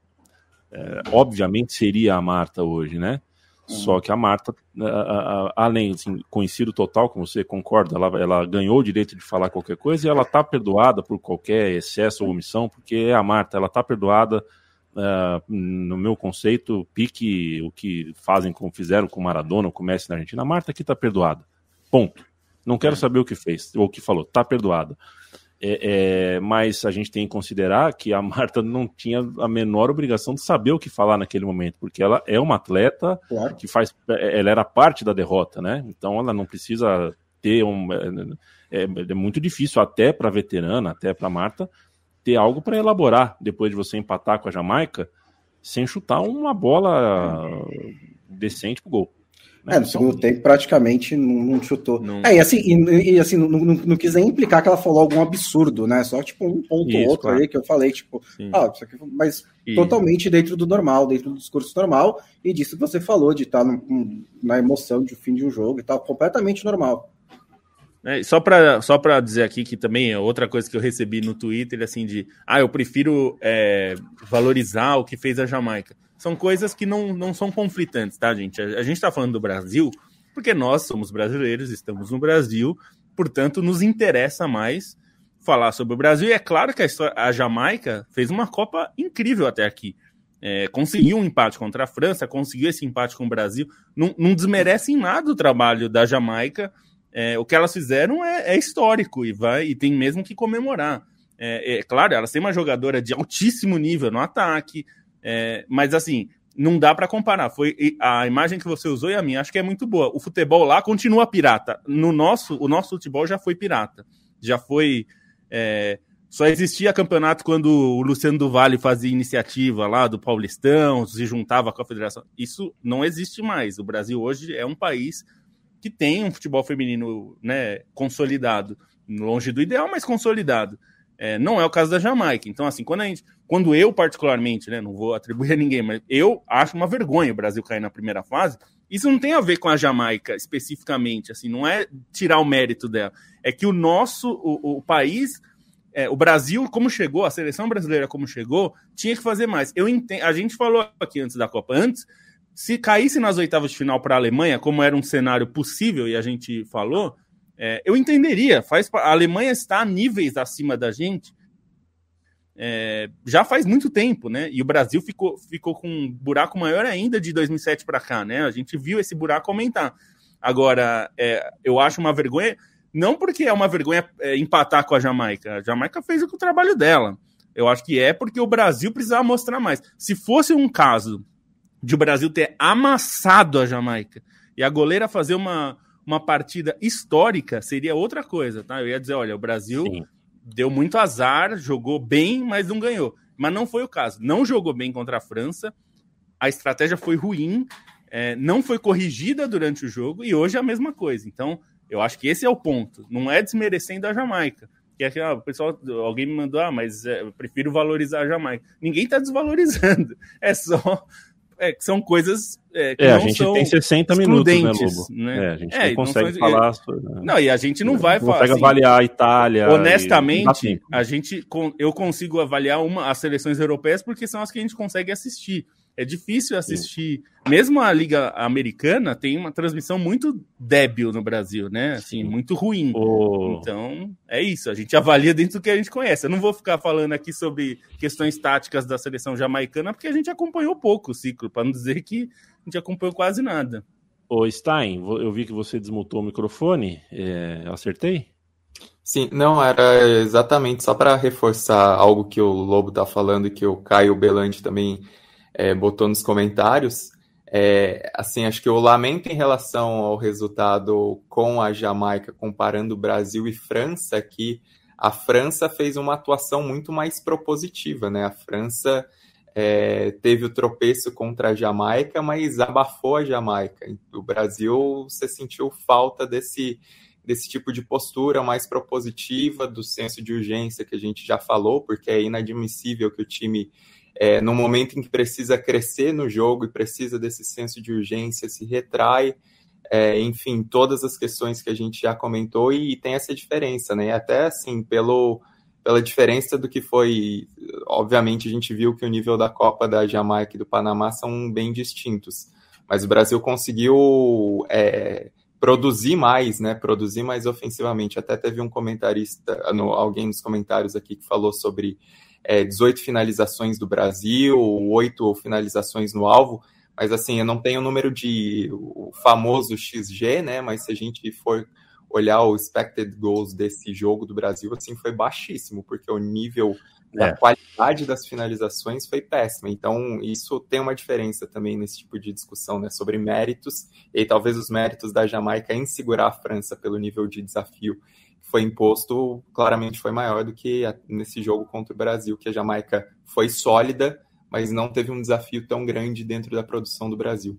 é, obviamente seria a Marta hoje, né? Uhum. Só que a Marta, a, a, a, além, assim, conhecido total, como você concorda, ela, ela ganhou o direito de falar qualquer coisa e ela tá perdoada por qualquer excesso ou omissão, porque é a Marta, ela tá perdoada, uh, no meu conceito, pique o que fazem, como fizeram com Maradona ou com Messi na Argentina. A Marta aqui tá perdoada, ponto. Não quero saber o que fez, ou o que falou, tá perdoada. É, é, mas a gente tem que considerar que a Marta não tinha a menor obrigação de saber o que falar naquele momento, porque ela é uma atleta claro. que faz, ela era parte da derrota, né? Então ela não precisa ter um... É, é muito difícil até para a veterana, até para a Marta, ter algo para elaborar depois de você empatar com a Jamaica sem chutar uma bola decente pro gol. É, no segundo tempo praticamente não, não chutou. Não. É, e assim, e, e, assim não, não, não quis nem implicar que ela falou algum absurdo, né? Só tipo um ponto ou outro claro. aí que eu falei, tipo, Sim. ah, isso aqui, mas e... totalmente dentro do normal, dentro do discurso normal, e disso que você falou, de estar no, na emoção de fim de um jogo e tal, completamente normal. É, só para só para dizer aqui que também é outra coisa que eu recebi no Twitter, assim, de ah, eu prefiro é, valorizar o que fez a Jamaica. São coisas que não, não são conflitantes, tá, gente? A, a gente está falando do Brasil porque nós somos brasileiros, estamos no Brasil, portanto, nos interessa mais falar sobre o Brasil. E é claro que a, história, a Jamaica fez uma Copa incrível até aqui. É, conseguiu um empate contra a França, conseguiu esse empate com o Brasil. Não, não desmerece em nada o trabalho da Jamaica. É, o que elas fizeram é, é histórico e, vai, e tem mesmo que comemorar. É, é claro, elas têm uma jogadora de altíssimo nível no ataque, é, mas assim, não dá para comparar. Foi a imagem que você usou e a minha, acho que é muito boa. O futebol lá continua pirata. No nosso, o nosso futebol já foi pirata. Já foi... É, só existia campeonato quando o Luciano do Vale fazia iniciativa lá do Paulistão, se juntava com a federação. Isso não existe mais. O Brasil hoje é um país que tem um futebol feminino, né, consolidado, longe do ideal, mas consolidado. É, não é o caso da Jamaica. Então, assim, quando, a gente, quando eu particularmente, né, não vou atribuir a ninguém, mas eu acho uma vergonha o Brasil cair na primeira fase. Isso não tem a ver com a Jamaica especificamente, assim, não é tirar o mérito dela. É que o nosso, o, o país, é, o Brasil, como chegou, a seleção brasileira como chegou, tinha que fazer mais. Eu entendo, a gente falou aqui antes da Copa, antes, se caísse nas oitavas de final para a Alemanha, como era um cenário possível, e a gente falou, é, eu entenderia. Faz, a Alemanha está a níveis acima da gente. é, já faz muito tempo, né? E o Brasil ficou, ficou com um buraco maior ainda de dois mil e sete para cá, né? A gente viu esse buraco aumentar. Agora, é, eu acho uma vergonha, não porque é uma vergonha é, empatar com a Jamaica. A Jamaica fez o trabalho dela. Eu acho que é porque o Brasil precisava mostrar mais. Se fosse um caso de o Brasil ter amassado a Jamaica e a goleira fazer uma, uma partida histórica, seria outra coisa, tá? Eu ia dizer, olha, o Brasil Sim. deu muito azar, jogou bem, mas não ganhou. Mas não foi o caso. Não jogou bem contra a França, a estratégia foi ruim, é, não foi corrigida durante o jogo e hoje é a mesma coisa. Então, eu acho que esse é o ponto. Não é desmerecendo a Jamaica. Que é que, ah, o pessoal, alguém me mandou, ah, mas é, eu prefiro valorizar a Jamaica. Ninguém está desvalorizando. É só... É, que são coisas é, que é, não a gente são tem sessenta minutos, né, Lobo? Né? É, a gente é, não consegue não falar... É, não, e a gente não vai não falar... consegue assim, avaliar a Itália... Honestamente, a gente, eu consigo avaliar uma, as seleções europeias porque são as que a gente consegue assistir. É difícil assistir... Sim. Mesmo a Liga Americana tem uma transmissão muito débil no Brasil, né? Assim, muito ruim. Oh. Então, é isso. A gente avalia dentro do que a gente conhece. Eu não vou ficar falando aqui sobre questões táticas da seleção jamaicana porque a gente acompanhou pouco o ciclo, para não dizer que a gente acompanhou quase nada. Ô Stein, eu vi que você desmutou o microfone. É, eu acertei? Sim, não, era exatamente só para reforçar algo que o Lobo tá falando e que o Caio Belandi também é, botou nos comentários. É, assim, acho que eu lamento em relação ao resultado com a Jamaica, comparando Brasil e França, que a França fez uma atuação muito mais propositiva, né? A França é, teve o tropeço contra a Jamaica, mas abafou a Jamaica. O Brasil, você sentiu falta desse, desse tipo de postura mais propositiva, do senso de urgência que a gente já falou, porque é inadmissível que o time... É, no momento em que precisa crescer no jogo e precisa desse senso de urgência, se retrai, é, enfim, todas as questões que a gente já comentou e, e tem essa diferença, né? Até assim, pelo, pela diferença do que foi, obviamente a gente viu que o nível da Copa da Jamaica e do Panamá são bem distintos, mas o Brasil conseguiu é, produzir mais, né? Produzir mais ofensivamente. Até teve um comentarista, no, alguém nos comentários aqui que falou sobre É, dezoito finalizações do Brasil, oito finalizações no alvo, mas assim, eu não tenho o número de o famoso X G, né, mas se a gente for olhar o expected goals desse jogo do Brasil, assim, foi baixíssimo, porque o nível é. da qualidade das finalizações foi péssima, então isso tem uma diferença também nesse tipo de discussão, né, sobre méritos, e talvez os méritos da Jamaica em segurar a França pelo nível de desafio foi imposto, claramente foi maior do que a, nesse jogo contra o Brasil, que a Jamaica foi sólida, mas não teve um desafio tão grande dentro da produção do Brasil.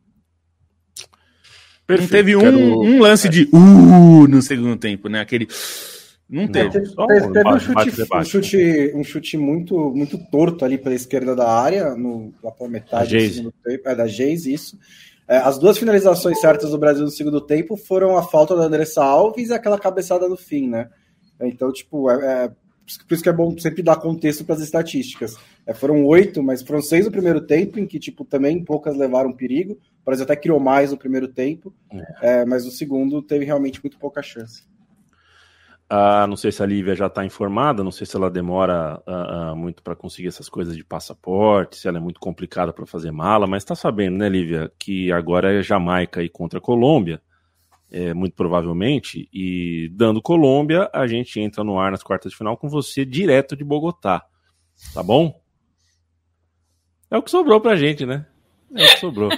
Perfeito. Não teve um, Quero... um lance de uh no segundo tempo, né? Aquele... Não teve. Não, teve, teve um, chute, um, chute, um chute muito, muito torto ali pela esquerda da área, no, lá pela metade do segundo tempo. É da Geise, isso. É, as duas finalizações certas do Brasil no segundo tempo foram a falta da Andressa Alves e aquela cabeçada no fim, né? Então, tipo, é, é, por isso que é bom sempre dar contexto para as estatísticas. É, foram oito, mas foram seis no primeiro tempo, em que, tipo, também poucas levaram perigo. O Brasil até criou mais no primeiro tempo, é. É, mas no segundo teve realmente muito pouca chance. Ah, não sei se a Lívia já está informada, não sei se ela demora ah, ah, muito para conseguir essas coisas de passaporte, se ela é muito complicada para fazer mala, mas está sabendo, né, Lívia, que agora é Jamaica e contra a Colômbia, é, muito provavelmente, e dando Colômbia, a gente entra no ar nas quartas de final com você direto de Bogotá, tá bom? É o que sobrou pra gente, né? É o que sobrou.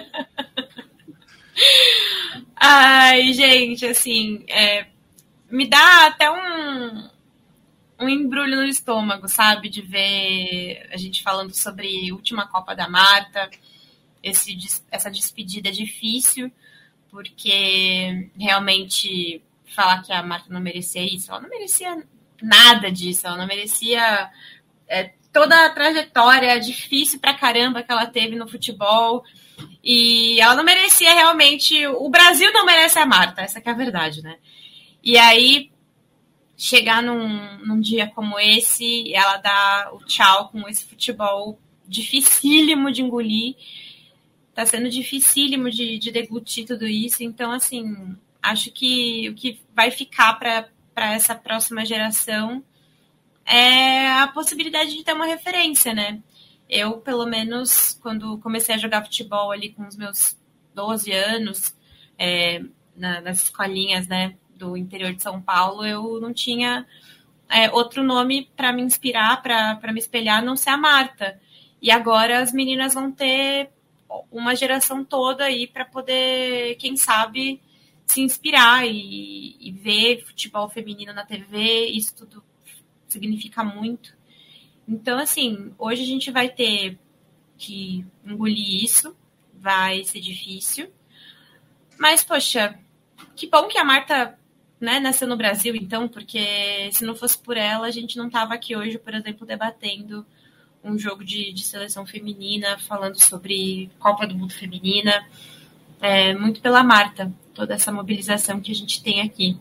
Ai, gente, assim, é... me dá até um, um embrulho no estômago, sabe? De ver a gente falando sobre a última Copa da Marta, esse, essa despedida difícil, porque realmente falar que a Marta não merecia isso, ela não merecia nada disso, ela não merecia é, toda a trajetória difícil pra caramba que ela teve no futebol, e ela não merecia realmente, o Brasil não merece a Marta, essa que é a verdade, né? E aí, chegar num, num dia como esse, ela dá o tchau com esse futebol dificílimo de engolir. Tá sendo dificílimo de, de deglutir tudo isso. Então, assim, acho que o que vai ficar para essa próxima geração é a possibilidade de ter uma referência, né? Eu, pelo menos, quando comecei a jogar futebol ali com os meus doze anos, é, na, nas escolinhas, né, do interior de São Paulo, eu não tinha é, outro nome para me inspirar, para me espelhar, a não ser a Marta. E agora as meninas vão ter uma geração toda aí para poder, quem sabe, se inspirar e, e ver futebol feminino na T V. Isso tudo significa muito. Então, assim, hoje a gente vai ter que engolir isso, vai ser difícil. Mas, poxa, que bom que a Marta, né, nasceu no Brasil, então, porque se não fosse por ela, a gente não estava aqui hoje, por exemplo, debatendo um jogo de, de seleção feminina, falando sobre Copa do Mundo feminina, é, muito pela Marta, toda essa mobilização que a gente tem aqui.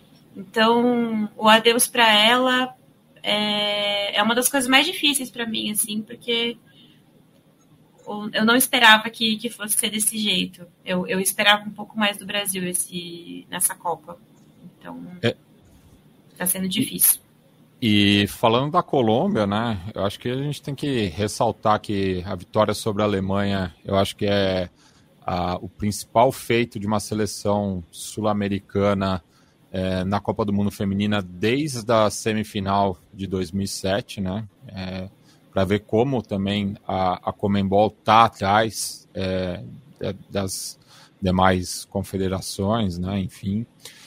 Então, o adeus para ela é, é uma das coisas mais difíceis para mim, assim, porque eu não esperava que, que fosse ser desse jeito. Eu, eu esperava um pouco mais do Brasil esse, nessa Copa. Então, é. Tá sendo difícil. E falando da Colômbia, né, eu acho que a gente tem que ressaltar que a vitória sobre a Alemanha, eu acho que é a, o principal feito de uma seleção sul-americana é, na Copa do Mundo Feminina desde a semifinal de dois mil e sete, né, é, para ver como também a, a Conmebol está atrás é, das demais confederações, né, enfim,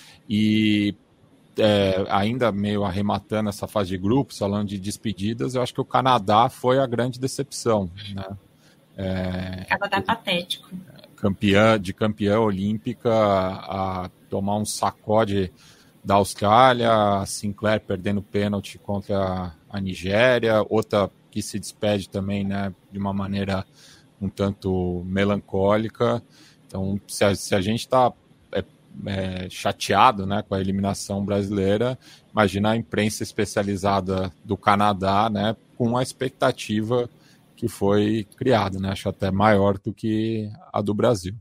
e É, ainda meio arrematando essa fase de grupos, falando de despedidas, eu acho que o Canadá foi a grande decepção, né? É, Canadá é patético. Campeã, de campeã olímpica a tomar um sacode da Austrália, a Sinclair perdendo pênalti contra a Nigéria, outra que se despede também, né, de uma maneira um tanto melancólica. Então, se a, se a gente está É, chateado, né, com a eliminação brasileira, imagina a imprensa especializada do Canadá, né, com a expectativa que foi criada, né, acho até maior do que a do Brasil.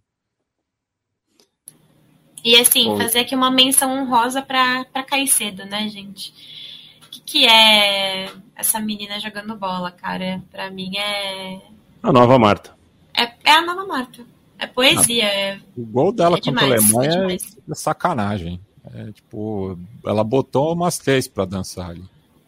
E assim, Bom. fazer aqui uma menção honrosa para Caicedo, né, gente? O que, que é essa menina jogando bola, cara? Para mim é... A nova Marta. É, é a nova Marta. É poesia. É... O gol dela é contra demais, a Alemanha é, é sacanagem. É, tipo, ela botou umas três para dançar ali.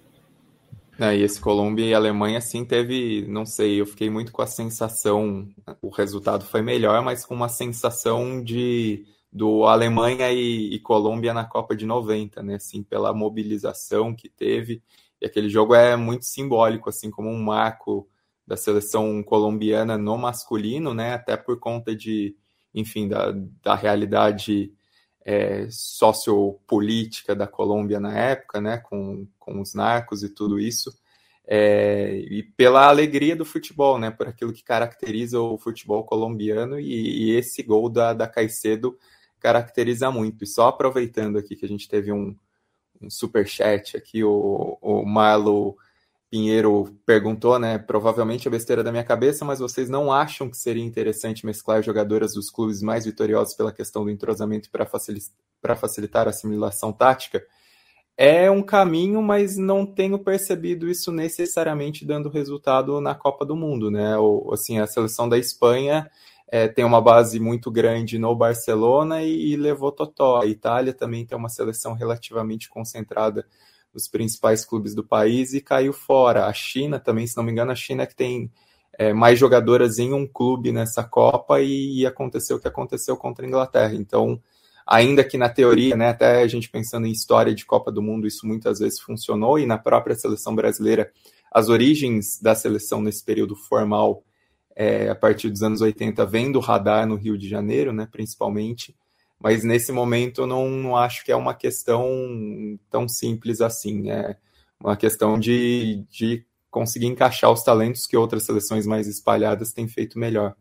É, e esse Colômbia e Alemanha, assim, teve, não sei, eu fiquei muito com a sensação, o resultado foi melhor, mas com uma sensação de do Alemanha e, e Colômbia na Copa de noventa, né, assim, pela mobilização que teve, e aquele jogo é muito simbólico, assim, como um marco da seleção colombiana no masculino, né, até por conta de, enfim, da, da realidade é, sociopolítica da Colômbia na época, né, com, com os narcos e tudo isso, é, e pela alegria do futebol, né, por aquilo que caracteriza o futebol colombiano, e, e esse gol da, da Caicedo caracteriza muito. E só aproveitando aqui que a gente teve um, um superchat aqui, o, o Marlo Pinheiro perguntou, né, provavelmente é besteira da minha cabeça, mas vocês não acham que seria interessante mesclar jogadoras dos clubes mais vitoriosos pela questão do entrosamento para facilitar, para facilitar a assimilação tática? É um caminho, mas não tenho percebido isso necessariamente dando resultado na Copa do Mundo, né? Ou, assim, a seleção da Espanha é, tem uma base muito grande no Barcelona e, e levou totó. A Itália também tem uma seleção relativamente concentrada os principais clubes do país e caiu fora. A China também, se não me engano, a China é que tem é, mais jogadoras em um clube nessa Copa e, e aconteceu o que aconteceu contra a Inglaterra. Então, ainda que na teoria, né, até a gente pensando em história de Copa do Mundo, isso muitas vezes funcionou, e na própria seleção brasileira, as origens da seleção nesse período formal, é, a partir dos anos oitenta, vem do radar no Rio de Janeiro, né, principalmente, mas nesse momento não, não acho que é uma questão tão simples assim. É uma questão de, de conseguir encaixar os talentos que outras seleções mais espalhadas têm feito melhor.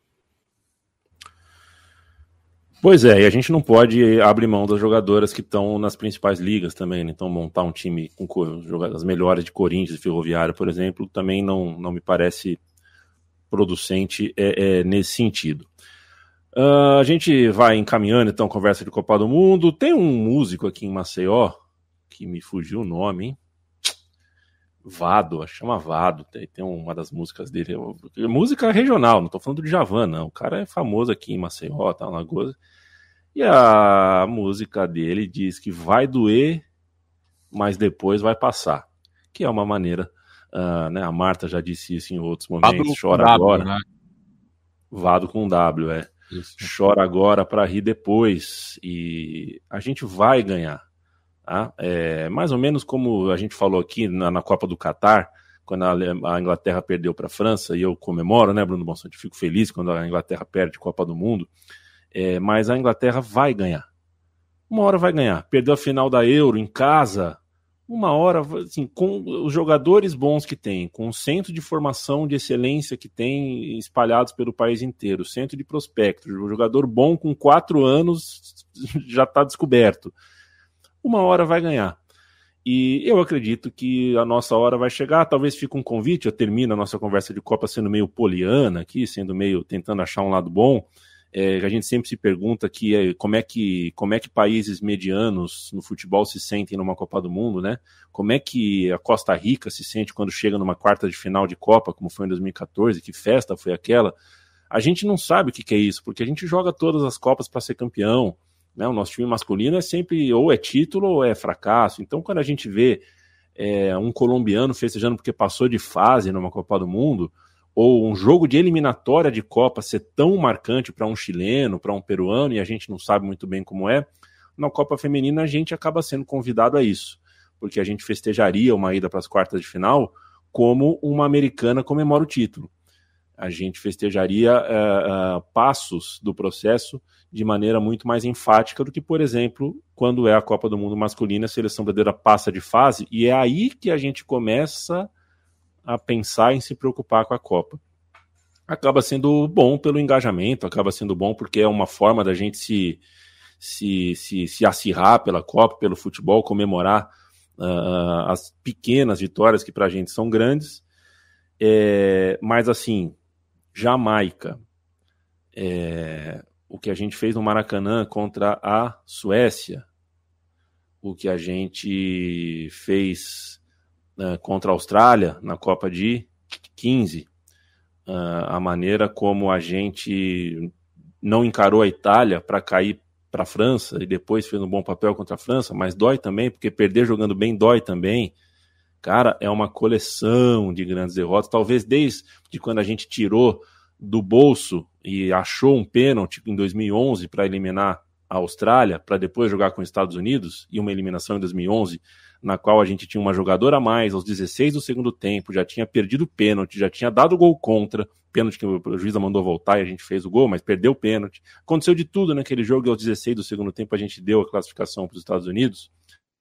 Pois é, e a gente não pode abrir mão das jogadoras que estão nas principais ligas também, né? Então montar um time com as melhores de Corinthians e Ferroviária, por exemplo, também não, não me parece producente é, é, nesse sentido. Uh, a gente vai encaminhando então a conversa de Copa do Mundo. Tem um músico aqui em Maceió, que me fugiu o nome, hein? Vado, acho que chama Vado, tem, tem uma das músicas dele, música regional, não tô falando de Djavan, não, o cara é famoso aqui em Maceió, tá, Lagoas, e a música dele diz que vai doer, mas depois vai passar, que é uma maneira, uh, né, a Marta já disse isso em outros momentos, Vado chora w, agora, né? Vado com W, é, isso. Chora agora pra rir depois, e a gente vai ganhar. Ah, é, mais ou menos como a gente falou aqui na, na Copa do Catar, quando a, a Inglaterra perdeu para a França, e eu comemoro, né, Bruno Bonsante? Fico feliz quando a Inglaterra perde a Copa do Mundo, é, mas a Inglaterra vai ganhar. Uma hora vai ganhar. Perdeu a final da Euro em casa, uma hora, assim, com os jogadores bons que tem, com o centro de formação de excelência que tem espalhados pelo país inteiro, centro de prospectos, o jogador bom com quatro anos já está descoberto. Uma hora vai ganhar. E eu acredito que a nossa hora vai chegar, talvez fique um convite, eu termino a nossa conversa de Copa sendo meio poliana aqui, sendo meio, tentando achar um lado bom, é, a gente sempre se pergunta que, é, como, é que, como é que países medianos no futebol se sentem numa Copa do Mundo, né? Como é que a Costa Rica se sente quando chega numa quarta de final de Copa, como foi em dois mil e catorze, que festa foi aquela? A gente não sabe o que, que é isso, porque a gente joga todas as Copas para ser campeão, né? O nosso time masculino é sempre ou é título ou é fracasso. Então, quando a gente vê é, um colombiano festejando porque passou de fase numa Copa do Mundo, ou um jogo de eliminatória de Copa ser tão marcante para um chileno, para um peruano, e a gente não sabe muito bem como é, na Copa Feminina a gente acaba sendo convidado a isso, porque a gente festejaria uma ida para as quartas de final como uma americana comemora o título. A gente festejaria uh, uh, passos do processo de maneira muito mais enfática do que, por exemplo, quando é a Copa do Mundo masculina, a seleção brasileira passa de fase, e é aí que a gente começa a pensar em se preocupar com a Copa. Acaba sendo bom pelo engajamento, acaba sendo bom porque é uma forma da gente se, se, se, se acirrar pela Copa, pelo futebol, comemorar uh, as pequenas vitórias que pra gente são grandes, é, mas assim, Jamaica, é, o que a gente fez no Maracanã contra a Suécia, o que a gente fez uh, contra a Austrália na Copa de quinze, uh, a maneira como a gente não encarou a Itália para cair para a França e depois fez um bom papel contra a França, mas dói também, porque perder jogando bem dói também. Cara, é uma coleção de grandes derrotas, talvez desde quando a gente tirou do bolso e achou um pênalti em dois mil e onze para eliminar a Austrália, para depois jogar com os Estados Unidos, e uma eliminação em dois mil e onze, na qual a gente tinha uma jogadora a mais aos dezesseis do segundo tempo, já tinha perdido o pênalti, já tinha dado gol contra, pênalti que o juiz mandou voltar e a gente fez o gol, mas perdeu o pênalti. Aconteceu de tudo naquele jogo, e aos dezesseis do segundo tempo a gente deu a classificação para os Estados Unidos.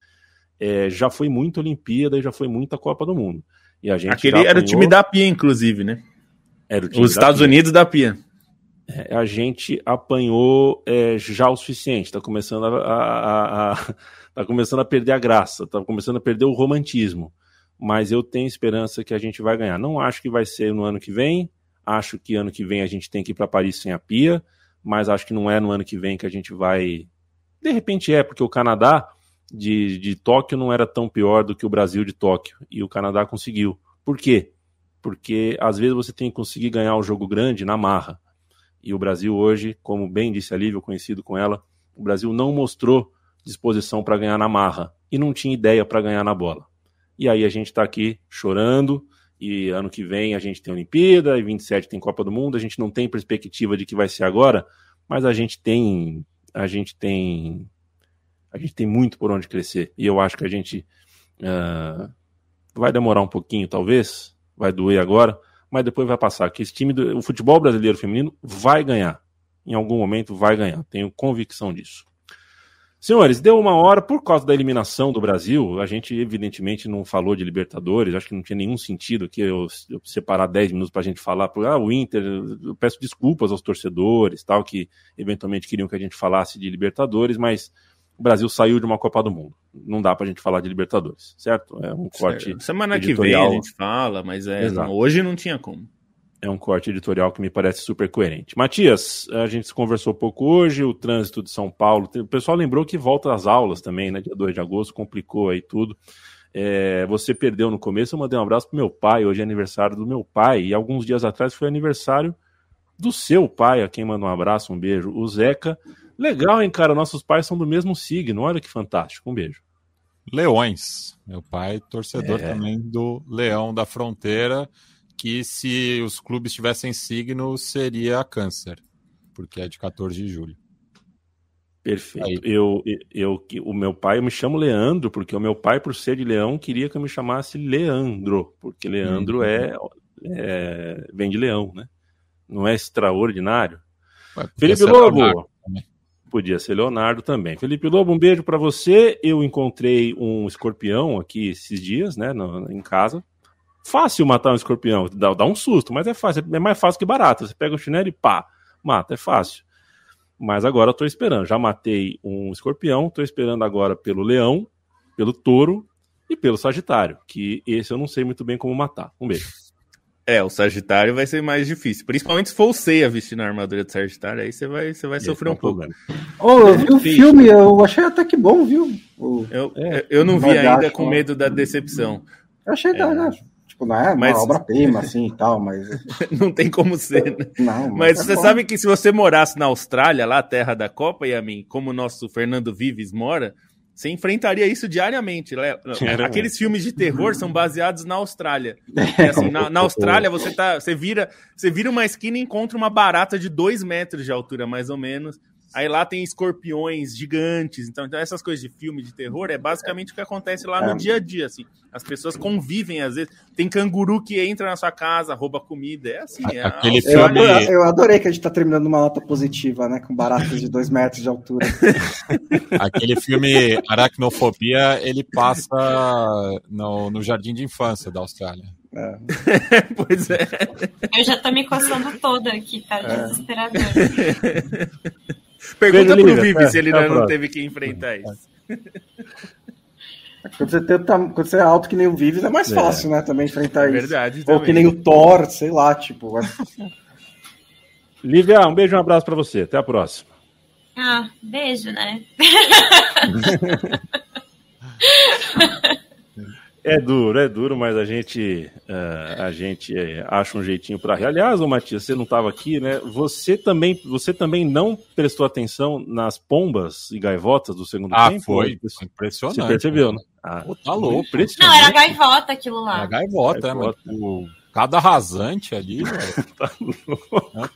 É, já foi muita Olimpíada e já foi muita Copa do Mundo. E a gente Aquele era apanhou... o time da Pia, inclusive, né? Era o time Os Estados Pia. Unidos da Pia. É, a gente apanhou é, já o suficiente, está começando a, a, a, tá começando a perder a graça, está começando a perder o romantismo, mas eu tenho esperança que a gente vai ganhar. Não acho que vai ser no ano que vem, acho que ano que vem a gente tem que ir para Paris sem a Pia, mas acho que não é no ano que vem que a gente vai... De repente é, porque o Canadá de, de Tóquio não era tão pior do que o Brasil de Tóquio, e o Canadá conseguiu. Por quê? Porque às vezes você tem que conseguir ganhar o jogo grande na marra. E o Brasil hoje, como bem disse a Lívia, conhecido com ela, o Brasil não mostrou disposição para ganhar na marra e não tinha ideia para ganhar na bola. E aí a gente está aqui chorando, e ano que vem a gente tem Olimpíada, e vinte e sete tem Copa do Mundo, a gente não tem perspectiva de que vai ser agora, mas a gente tem, a gente tem, a gente tem muito por onde crescer. E eu acho que a gente uh, vai demorar um pouquinho, talvez, vai doer agora, mas depois vai passar, que esse time, do, o futebol brasileiro feminino vai ganhar, em algum momento vai ganhar, tenho convicção disso. Senhores, deu uma hora, por causa da eliminação do Brasil, a gente evidentemente não falou de Libertadores, acho que não tinha nenhum sentido aqui eu, eu separar dez minutos para a gente falar, porque ah, o Inter, eu peço desculpas aos torcedores, tal, que eventualmente queriam que a gente falasse de Libertadores, mas o Brasil saiu de uma Copa do Mundo, não dá pra gente falar de Libertadores, certo? É um corte certo. Semana editorial. Que vem a gente fala, mas é, não, hoje não tinha como. É um corte editorial que me parece super coerente. Matias, a gente conversou um pouco hoje, o trânsito de São Paulo, o pessoal lembrou que volta às aulas também, né, dia dois de agosto, complicou aí tudo. É, você perdeu no começo, eu mandei um abraço pro meu pai, hoje é aniversário do meu pai, e alguns dias atrás foi aniversário do seu pai, a quem manda um abraço, um beijo, o Zeca. Legal, hein, cara, nossos pais são do mesmo signo, olha que fantástico, um beijo. Leões, meu pai torcedor É. também do Leão da Fronteira, que se os clubes tivessem signo seria Câncer, porque é de quatorze de julho. Perfeito. Eu, eu, eu, o meu pai, eu me chamo Leandro, porque o meu pai, por ser de leão, queria que eu me chamasse Leandro, porque Leandro Uhum. é, é vem de leão, né? Não é extraordinário. Ué, podia Felipe ser Lobo, Leonardo também. podia ser Leonardo também. Felipe Lobo, um beijo pra você. Eu encontrei um escorpião aqui esses dias, né, no, em casa. Fácil matar um escorpião, dá, dá um susto, mas é fácil, é mais fácil que barata. Você pega o chinelo e pá, mata, é fácil. Mas agora eu tô esperando. Já matei um escorpião, tô esperando agora pelo leão, pelo touro e pelo sagitário, que esse eu não sei muito bem como matar. Um beijo. É, o Sagitário vai ser mais difícil. Principalmente se for o Seiya vestindo a armadura de Sagitário, aí você vai, você vai Esse sofrer é um pouco. problema. Oh, eu vi o Triste. filme, eu achei até que bom, viu? O- Eu, É. eu não vi Mas ainda acho- com medo da decepção. Eu achei, da, né? Tipo, não é uma Mas- obra-prima, assim, e tal, mas... Não tem como ser, né? Não, Mas é você bom. sabe que se você morasse na Austrália, lá, terra da Copa, e a mim, como o nosso Fernando Vives mora, você enfrentaria isso diariamente. né? Aqueles filmes de terror são baseados na Austrália. E, assim, na, na Austrália, você, tá, você, vira, você vira uma esquina e encontra uma barata de dois metros de altura, mais ou menos. Aí lá tem escorpiões gigantes. Então, então essas coisas de filme de terror é basicamente o que acontece lá no É. dia a dia. Assim. As pessoas convivem, às vezes. Tem canguru que entra na sua casa, rouba comida. É assim. É a Aquele Eu filme- adorei, eu adorei que a gente tá terminando uma nota positiva, né? Com baratas de dois metros de altura. Aquele filme Aracnofobia, ele passa no, no jardim de infância da Austrália. Pois é. Eu já tô me coçando toda aqui, tá desesperador. Pergunta Beijo, pro Lívia. Vivi Até- se ele até a ainda não próxima. teve que enfrentar isso. Quando você, tem, tam- quando você é alto que nem o Vives, é mais É. fácil, né? Também enfrentar É isso. verdade. Ou também. que nem o Thor, sei lá, tipo. vai- Lívia, um beijo e um abraço pra você. Até a próxima. Ah, beijo, né? É duro, é duro, mas a gente, eh, a gente eh, acha um jeitinho para rir. Aliás, ô Matias, você não estava aqui, né? Você também, você também não prestou atenção nas pombas e gaivotas do segundo Ah, tempo? foi. Você Impressionante. percebeu, né? Ah, Pô, tá louco. Não, impressionante. era gaivota aquilo É a lá. gaivota, é, mas Gaivota. o, cada rasante ali, velho.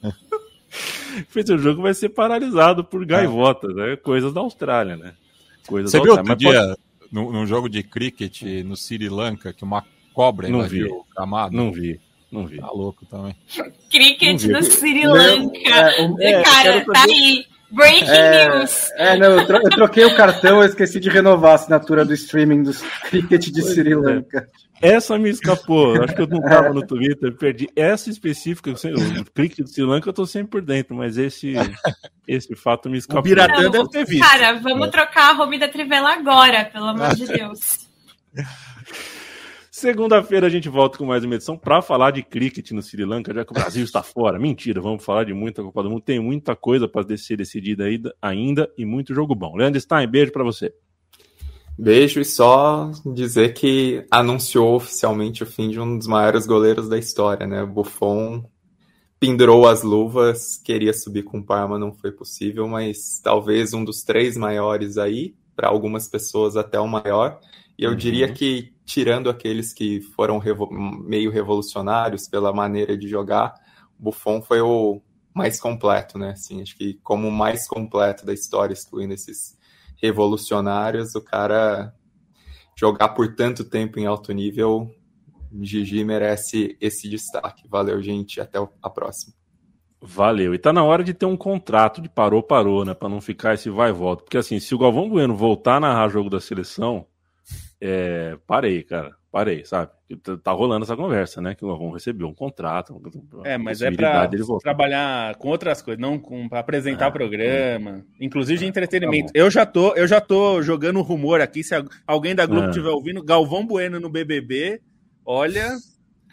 Fez o jogo vai ser paralisado por gaivotas, né? Coisas da Austrália, né? Coisas Você da viu Austrália. outro Mas dia, num, num jogo de cricket no Sri Lanka, que uma cobra Não invadiu vi. o gramado? Não vi, não vi. Tá louco também. Cricket Não no vi. Sri Não, Lanka. é, o- é, eu Cara, quero tá saber- aí. Breaking É, news. é, não, eu, tro- eu troquei o cartão, eu esqueci de renovar a assinatura do streaming do cricket de Sri Lanka. Essa me escapou. Acho que eu não tava no Twitter, perdi. Essa específica, eu sei, o cricket do Sri Lanka eu tô sempre por dentro, mas esse, esse fato me escapou. O Biratã Não, deve ter visto. Cara, vamos trocar a home da Trivela agora, pelo amor de Deus. Segunda-feira a gente volta com mais uma edição para falar de cricket no Sri Lanka, já que o Brasil está fora. Mentira, vamos falar de muita Copa do Mundo. Tem muita coisa para ser decidida ainda e muito jogo bom. Leandro Stein, beijo para você. Beijo e só dizer que anunciou oficialmente o fim de um dos maiores goleiros da história, né? O Buffon pendurou as luvas, queria subir com o Parma, não foi possível, mas talvez um dos três maiores aí, para algumas pessoas até o maior. E eu Uhum. diria que, tirando aqueles que foram revo- meio revolucionários pela maneira de jogar, o Buffon foi o mais completo, né? Assim, acho que como o mais completo da história, excluindo esses revolucionários, o cara jogar por tanto tempo em alto nível, Gigi merece esse destaque. Valeu, gente, até a próxima. Valeu. E tá na hora de ter um contrato de parou, parou, né? Pra não ficar esse vai e volta. Porque assim, se o Galvão Bueno voltar a narrar jogo da seleção, é... parei, cara. Parei, sabe? Tá rolando essa conversa, né? Que o Galvão recebeu um contrato. É, mas é possibilidade pra dele voltar. trabalhar com outras coisas, não com pra apresentar Ah, programa, inclusive de tá entretenimento. bom. eu já tô, eu já tô jogando um rumor aqui, se alguém da Globo Ah. estiver ouvindo, Galvão Bueno no B B B, olha,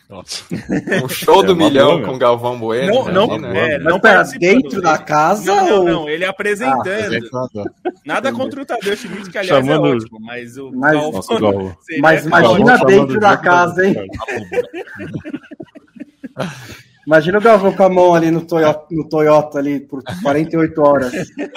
Nossa. Um show do É uma milhão boa, com meu. Galvão Bueno. Não, não, imagina. é, Mas não pera, participando. dentro da casa Não, não, ou... não, ele apresentando. Apresentador. Nada contra o Tadeu Schmidt, que aliás Chamando- é ótimo, mas o Mas- Galvão Nossa, o Galvão. seria Mas caótico. imagina Galvão dentro chamando da o jogo casa, hein? da- Imagina o Galvão com a mão ali no Toyota, no Toyota ali por quarenta e oito horas.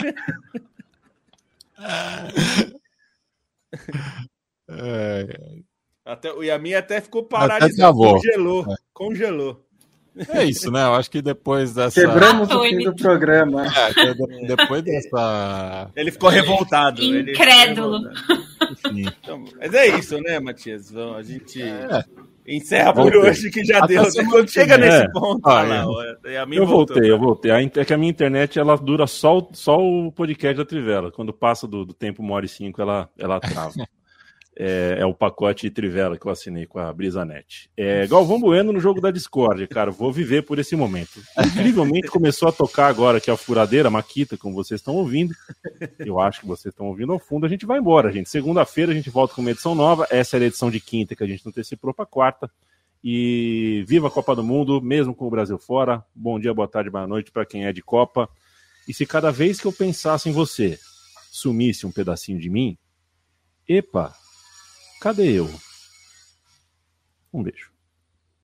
É, Até, e a minha até ficou paralisada, travou. congelou, É. congelou. é isso, né? Eu acho que depois dessa. Quebramos o Matou fim ele. do programa. É, de- de- depois dessa. Ele ficou revoltado. ele- Incrédulo. Enfim. Então, mas é isso, né, Matias? Vamos, a gente É. encerra por Voltei. hoje, que já Até deu. semana Quando que chega vem. nesse É. ponto, Ah, olha lá, é. ó, a minha Eu voltou. voltei, eu voltei. A in- É que a minha internet ela dura só, o- só o podcast da Trivela. Quando passa do, do tempo uma hora e cinco, ela, ela trava. É, é o pacote Trivela que eu assinei com a Brisanet. É, Galvão Bueno no jogo da Discord, cara. Vou viver por esse momento. Incrivelmente começou a tocar agora aqui a furadeira, a Maquita, como vocês estão ouvindo. Eu acho que vocês estão ouvindo ao fundo. A gente vai embora, gente. Segunda-feira a gente volta com uma edição nova. Essa é a edição de quinta que a gente antecipou para quarta. E viva a Copa do Mundo, mesmo com o Brasil fora. Bom dia, boa tarde, boa noite para quem é de Copa. E se cada vez que eu pensasse em você sumisse um pedacinho de mim, epa, cadê eu? Um beijo.